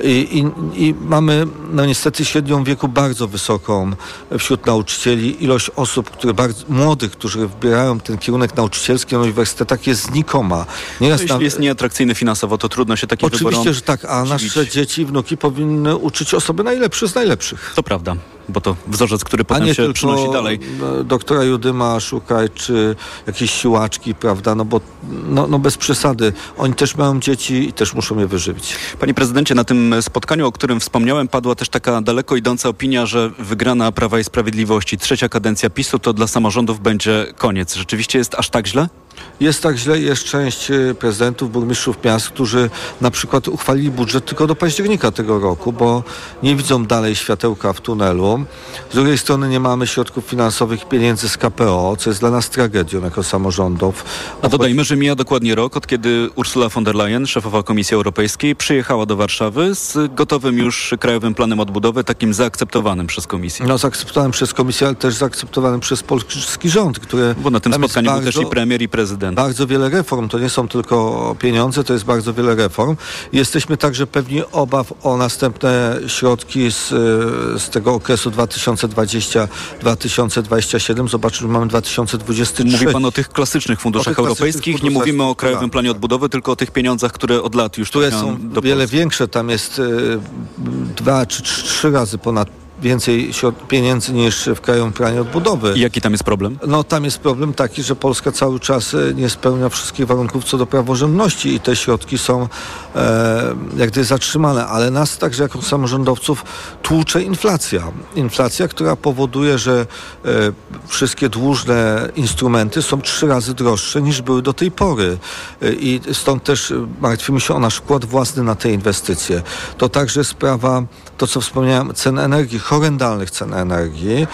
Speaker 6: i mamy niestety średnią wieku bardzo wysoką wśród nauczycieli. Ilość osób, młodych, którzy wybierają ten kierunek nauczycielski na uniwersytetach jest znikoma.
Speaker 5: Jeśli jest nieatrakcyjny finansowo, to trudno się takim wyborom
Speaker 6: Oczywiście, że tak, a nasze dzieci i wnuki powinny uczyć osoby najlepsze z najlepszych.
Speaker 5: To prawda, bo to wzorzec, który potem się przynosi dalej.
Speaker 6: Doktora Judyma szukać, czy jakieś siłaczki, prawda, no bo bez przesady. Oni też mają dzieci i też muszą je wyżywić.
Speaker 5: Panie prezydencie, na tym spotkaniu, o którym wspomniałem, padła też taka daleko idąca opinia, że wygrana Prawa i Sprawiedliwości, 3. kadencja PiS-u, to dla samorządów będzie koniec. Rzeczywiście jest aż tak źle?
Speaker 6: Jest tak źle, jest część prezydentów, burmistrzów miast, którzy na przykład uchwalili budżet tylko do października tego roku, bo nie widzą dalej światełka w tunelu. Z drugiej strony nie mamy środków finansowych, pieniędzy z KPO, co jest dla nas tragedią jako samorządów.
Speaker 5: A dodajmy, że mija dokładnie rok, od kiedy Ursula von der Leyen, szefowa Komisji Europejskiej, przyjechała do Warszawy z gotowym już Krajowym Planem Odbudowy, takim zaakceptowanym przez Komisję.
Speaker 6: Zaakceptowanym przez Komisję, ale też zaakceptowanym przez polski rząd, który...
Speaker 5: Bo na tym spotkaniu był też i premier, i prezydent prezydenta.
Speaker 6: Bardzo wiele reform, to nie są tylko pieniądze, to jest bardzo wiele reform. Jesteśmy także pewni obaw o następne środki z tego okresu 2020-2027. Zobaczmy, mamy 2023.
Speaker 5: Mówi pan o tych klasycznych funduszach europejskich, nie mówimy o Krajowym Planie Odbudowy, tylko o tych pieniądzach, które od lat już
Speaker 6: które są wiele większe. Tam jest 2 czy 3 razy ponad więcej pieniędzy niż w Krajowym Planie Odbudowy.
Speaker 5: I jaki tam jest problem?
Speaker 6: No tam jest problem taki, że Polska cały czas nie spełnia wszystkich warunków co do praworządności i te środki są jak gdyby zatrzymane, ale nas także jako samorządowców tłucze inflacja. Inflacja, która powoduje, że wszystkie dłużne instrumenty są 3 razy droższe niż były do tej pory i stąd też martwimy się o nasz wkład własny na te inwestycje. To także sprawa, to co wspomniałem, cen energii, horrendalnych cen energii,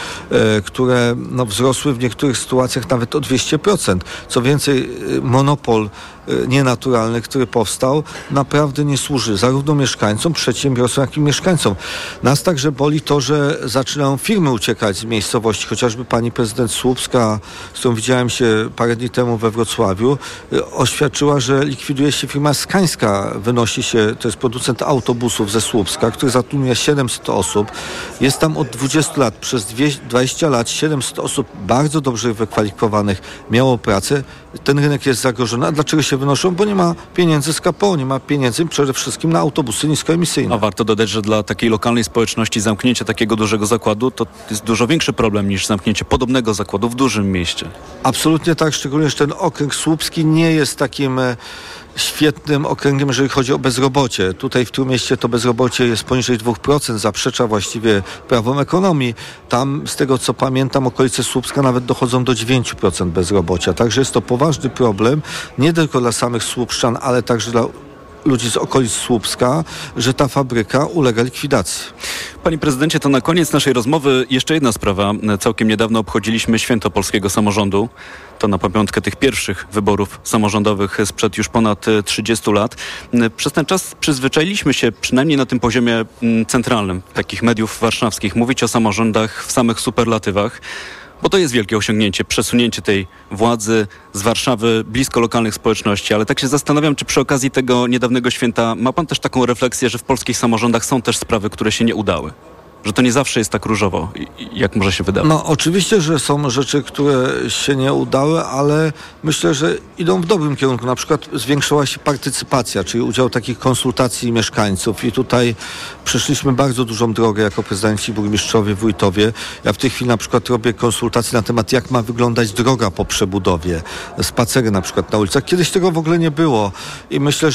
Speaker 6: które wzrosły w niektórych sytuacjach nawet o 200%. Co więcej, monopol nienaturalny, który powstał, naprawdę nie służy zarówno mieszkańcom, przedsiębiorcom, jak i mieszkańcom. Nas także boli to, że zaczynają firmy uciekać z miejscowości. Chociażby pani prezydent Słupska, z którą widziałem się parę dni temu we Wrocławiu, oświadczyła, że likwiduje się firma Skańska. Wynosi się, to jest producent autobusów ze Słupska, który zatrudnia 700 osób. Jest tam od 20 lat. Przez 20 lat 700 osób bardzo dobrze wykwalifikowanych miało pracę. Ten rynek jest zagrożony. A dlaczego się wynoszą? Bo nie ma pieniędzy z KPO, nie ma pieniędzy przede wszystkim na autobusy niskoemisyjne.
Speaker 5: A warto dodać, że dla takiej lokalnej społeczności zamknięcie takiego dużego zakładu to jest dużo większy problem niż zamknięcie podobnego zakładu w dużym mieście.
Speaker 6: Absolutnie tak, szczególnie, że ten okręg słupski nie jest takim świetnym okręgiem, jeżeli chodzi o bezrobocie. Tutaj w Trójmieście to bezrobocie jest poniżej 2%, zaprzecza właściwie prawom ekonomii. Tam, z tego co pamiętam, okolice Słupska nawet dochodzą do 9% bezrobocia. Także jest to poważny problem, nie tylko dla samych słupszczan, ale także dla ludzi z okolic Słupska, że ta fabryka ulega likwidacji.
Speaker 5: Panie prezydencie, to na koniec naszej rozmowy jeszcze jedna sprawa. Całkiem niedawno obchodziliśmy Święto Polskiego Samorządu. To na pamiątkę tych pierwszych wyborów samorządowych sprzed już ponad 30 lat. Przez ten czas przyzwyczailiśmy się, przynajmniej na tym poziomie centralnym, takich mediów warszawskich, mówić o samorządach w samych superlatywach. Bo to jest wielkie osiągnięcie, przesunięcie tej władzy z Warszawy blisko lokalnych społeczności. Ale tak się zastanawiam, czy przy okazji tego niedawnego święta ma pan też taką refleksję, że w polskich samorządach są też sprawy, które się nie udały? Że to nie zawsze jest tak różowo, jak może się wydawać.
Speaker 6: No oczywiście, że są rzeczy, które się nie udały, ale myślę, że idą w dobrym kierunku. Na przykład zwiększyła się partycypacja, czyli udział takich konsultacji mieszkańców i tutaj przeszliśmy bardzo dużą drogę jako prezydenci, burmistrzowie, wójtowie. Ja w tej chwili na przykład robię konsultacje na temat, jak ma wyglądać droga po przebudowie, spacery na przykład na ulicach. Kiedyś tego w ogóle nie było i myślę,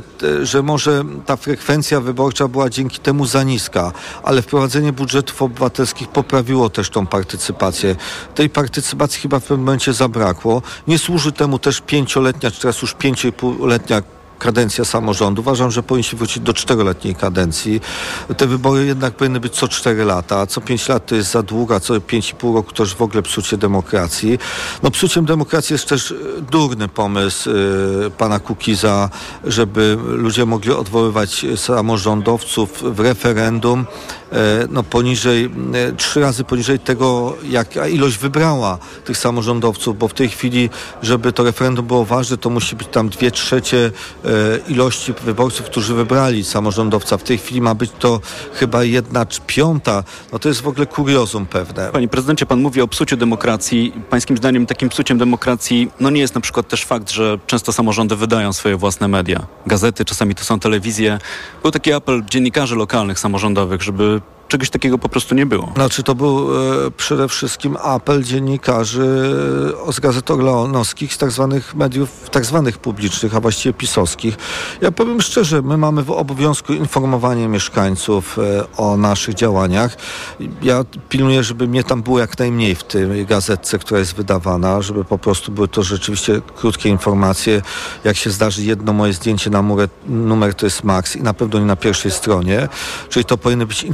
Speaker 6: że może ta frekwencja wyborcza była dzięki temu za niska, ale wprowadzenie budżetów obywatelskich poprawiło też tą partycypację. Tej partycypacji chyba w pewnym momencie zabrakło. Nie służy temu też 5-letnia, czy teraz już 5,5-letnia kadencja samorządu. Uważam, że powinniśmy wrócić do 4-letniej kadencji. Te wybory jednak powinny być co 4 lata. Co 5 lat to jest za długo, a co 5,5 roku to już w ogóle psucie demokracji. No psuciem demokracji jest też durny pomysł pana Kukiza, żeby ludzie mogli odwoływać samorządowców w referendum poniżej 3 razy poniżej tego, jaka ilość wybrała tych samorządowców, bo w tej chwili, żeby to referendum było ważne, to musi być tam 2/3 ilości wyborców, którzy wybrali samorządowca. W tej chwili ma być to chyba 1/5. No to jest w ogóle kuriozum pewne.
Speaker 5: Panie prezydencie, pan mówi o psuciu demokracji. Pańskim zdaniem takim psuciem demokracji nie jest na przykład też fakt, że często samorządy wydają swoje własne media. Gazety, czasami to są telewizje. Był taki apel dziennikarzy lokalnych, samorządowych, żeby czegoś takiego po prostu nie było.
Speaker 6: Znaczy to był przede wszystkim apel dziennikarzy z gazet orleanowskich, z tak zwanych mediów, tak zwanych publicznych, a właściwie pisowskich. Ja powiem szczerze, my mamy w obowiązku informowanie mieszkańców o naszych działaniach. Ja pilnuję, żeby mnie tam było jak najmniej w tej gazetce, która jest wydawana, żeby po prostu były to rzeczywiście krótkie informacje. Jak się zdarzy jedno moje zdjęcie na numer to jest maks i na pewno nie na pierwszej stronie. Czyli to powinny być informacje.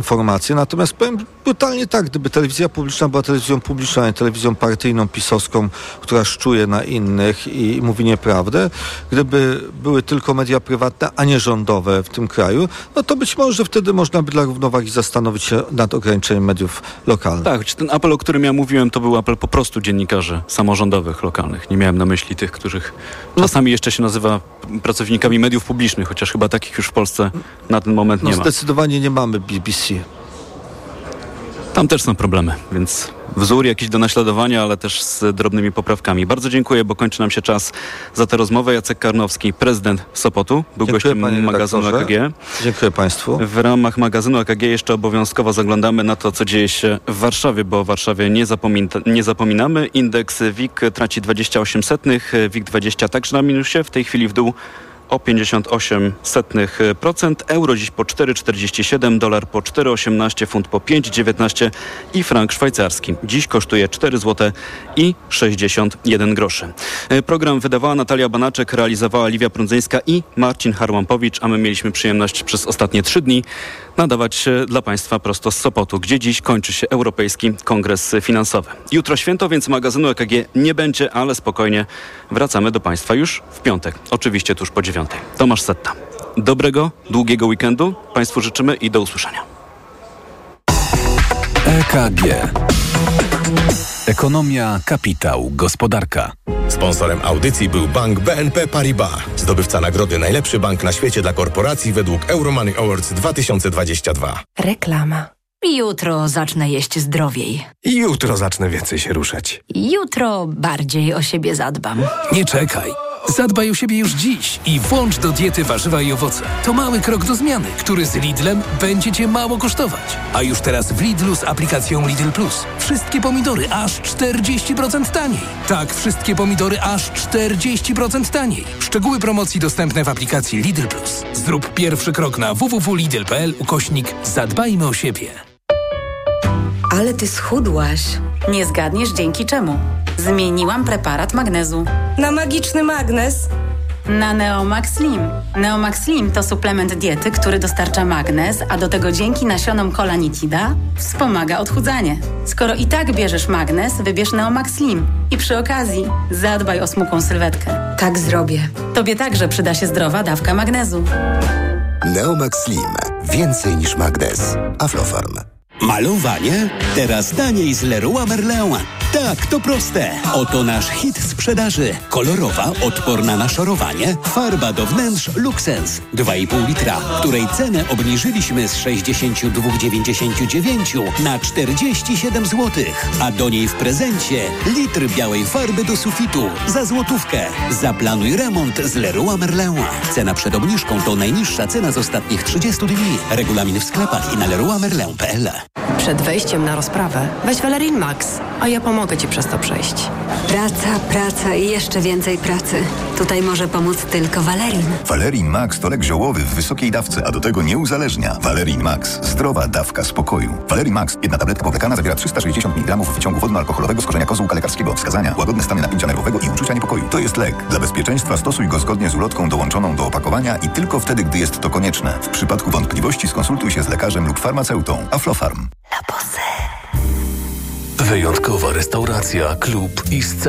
Speaker 6: rację. Natomiast powiem brutalnie tak, gdyby telewizja publiczna była telewizją publiczną, a nie telewizją partyjną, pisowską, która szczuje na innych i mówi nieprawdę, gdyby były tylko media prywatne, a nie rządowe w tym kraju, no to być może wtedy można by dla równowagi zastanowić się nad ograniczeniem mediów lokalnych.
Speaker 5: Tak, ten apel, o którym ja mówiłem, to był apel po prostu dziennikarzy samorządowych, lokalnych. Nie miałem na myśli tych, których czasami jeszcze się nazywa pracownikami mediów publicznych, chociaż chyba takich już w Polsce na ten moment nie ma.
Speaker 6: Zdecydowanie nie mamy BBC.
Speaker 5: Tam też są problemy, więc wzór jakiś do naśladowania, ale też z drobnymi poprawkami. Bardzo dziękuję, bo kończy nam się czas za tę rozmowę. Jacek Karnowski, prezydent Sopotu, był gościem magazynu AKG.
Speaker 6: Dziękuję Państwu.
Speaker 5: W ramach magazynu AKG jeszcze obowiązkowo zaglądamy na to, co dzieje się w Warszawie, bo o Warszawie nie zapominamy. Indeks WIG traci 0,28, WIG20 także na minusie, w tej chwili w dół o 0,58%. Euro dziś po 4,47, dolar po 4,18, funt po 5,19 i frank szwajcarski dziś kosztuje 4 zł i 61 groszy. Program wydawała Natalia Banaczek, realizowała Liwia Prądzyńska i Marcin Harłampowicz, a my mieliśmy przyjemność przez ostatnie 3 dni nadawać dla Państwa prosto z Sopotu, gdzie dziś kończy się Europejski Kongres Finansowy. Jutro święto, więc magazynu EKG nie będzie, ale spokojnie wracamy do Państwa już w piątek. Oczywiście tuż po 9. Tomasz Setta. Dobrego, długiego weekendu Państwu życzymy i do usłyszenia.
Speaker 26: EKG. Ekonomia, kapitał, gospodarka.
Speaker 7: Sponsorem audycji był bank BNP Paribas, zdobywca nagrody Najlepszy Bank na świecie dla korporacji według Euromoney Awards 2022.
Speaker 8: Reklama. Jutro zacznę jeść zdrowiej.
Speaker 7: I jutro zacznę więcej się ruszać.
Speaker 8: Jutro bardziej o siebie zadbam.
Speaker 11: Nie czekaj. Zadbaj o siebie już dziś i włącz do diety warzywa i owoce. To mały krok do zmiany, który z Lidlem będzie Cię mało kosztować. A już teraz w Lidlu z aplikacją Lidl Plus. Wszystkie pomidory aż 40% taniej. Tak, wszystkie pomidory aż 40% taniej. Szczegóły promocji dostępne w aplikacji Lidl Plus. Zrób pierwszy krok na www.lidl.pl/zadbajmy o siebie.
Speaker 8: Ale ty schudłaś.
Speaker 20: Nie zgadniesz dzięki czemu. Zmieniłam preparat magnezu.
Speaker 8: Na magiczny magnez?
Speaker 20: Na Neomax Slim. Neomax Slim to suplement diety, który dostarcza magnez, a do tego dzięki nasionom kolanitida wspomaga odchudzanie. Skoro i tak bierzesz magnez, wybierz Neomax Slim. I przy okazji zadbaj o smukłą sylwetkę.
Speaker 8: Tak zrobię.
Speaker 20: Tobie także przyda się zdrowa dawka magnezu.
Speaker 12: Neomax Slim. Więcej niż magnez. Aflofarm.
Speaker 15: Malowanie? Teraz taniej z Leroy Merlin. Tak, to proste. Oto nasz hit sprzedaży. Kolorowa, odporna na szorowanie, farba do wnętrz Luxens. 2,5 litra, której cenę obniżyliśmy z 62,99 na 47 zł. A do niej w prezencie litr białej farby do sufitu za złotówkę. Zaplanuj remont z Leroy Merlin. Cena przed obniżką to najniższa cena z ostatnich 30 dni. Regulamin w sklepach i na leroymerlin.pl.
Speaker 8: Przed wejściem na rozprawę weź Valerin Max, a ja pomogę Ci przez to przejść.
Speaker 16: Praca i jeszcze więcej pracy. Tutaj może pomóc tylko Valerin.
Speaker 12: Valerin Max to lek ziołowy w wysokiej dawce, a do tego nie uzależnia. Valerin Max. Zdrowa dawka spokoju. Valerin Max. Jedna tabletka powlekana zawiera 360 mg wyciągu wodno-alkoholowego z korzenia kozłka lekarskiego. Wskazania: łagodne stany napięcia nerwowego i uczucia niepokoju. To jest lek. Dla bezpieczeństwa stosuj go zgodnie z ulotką dołączoną do opakowania i tylko wtedy, gdy jest to konieczne. W przypadku wątpliwości skonsultuj się z lekarzem lub farmaceutą. Aflofarm.
Speaker 13: Wyjątkowa restauracja, klub i scena.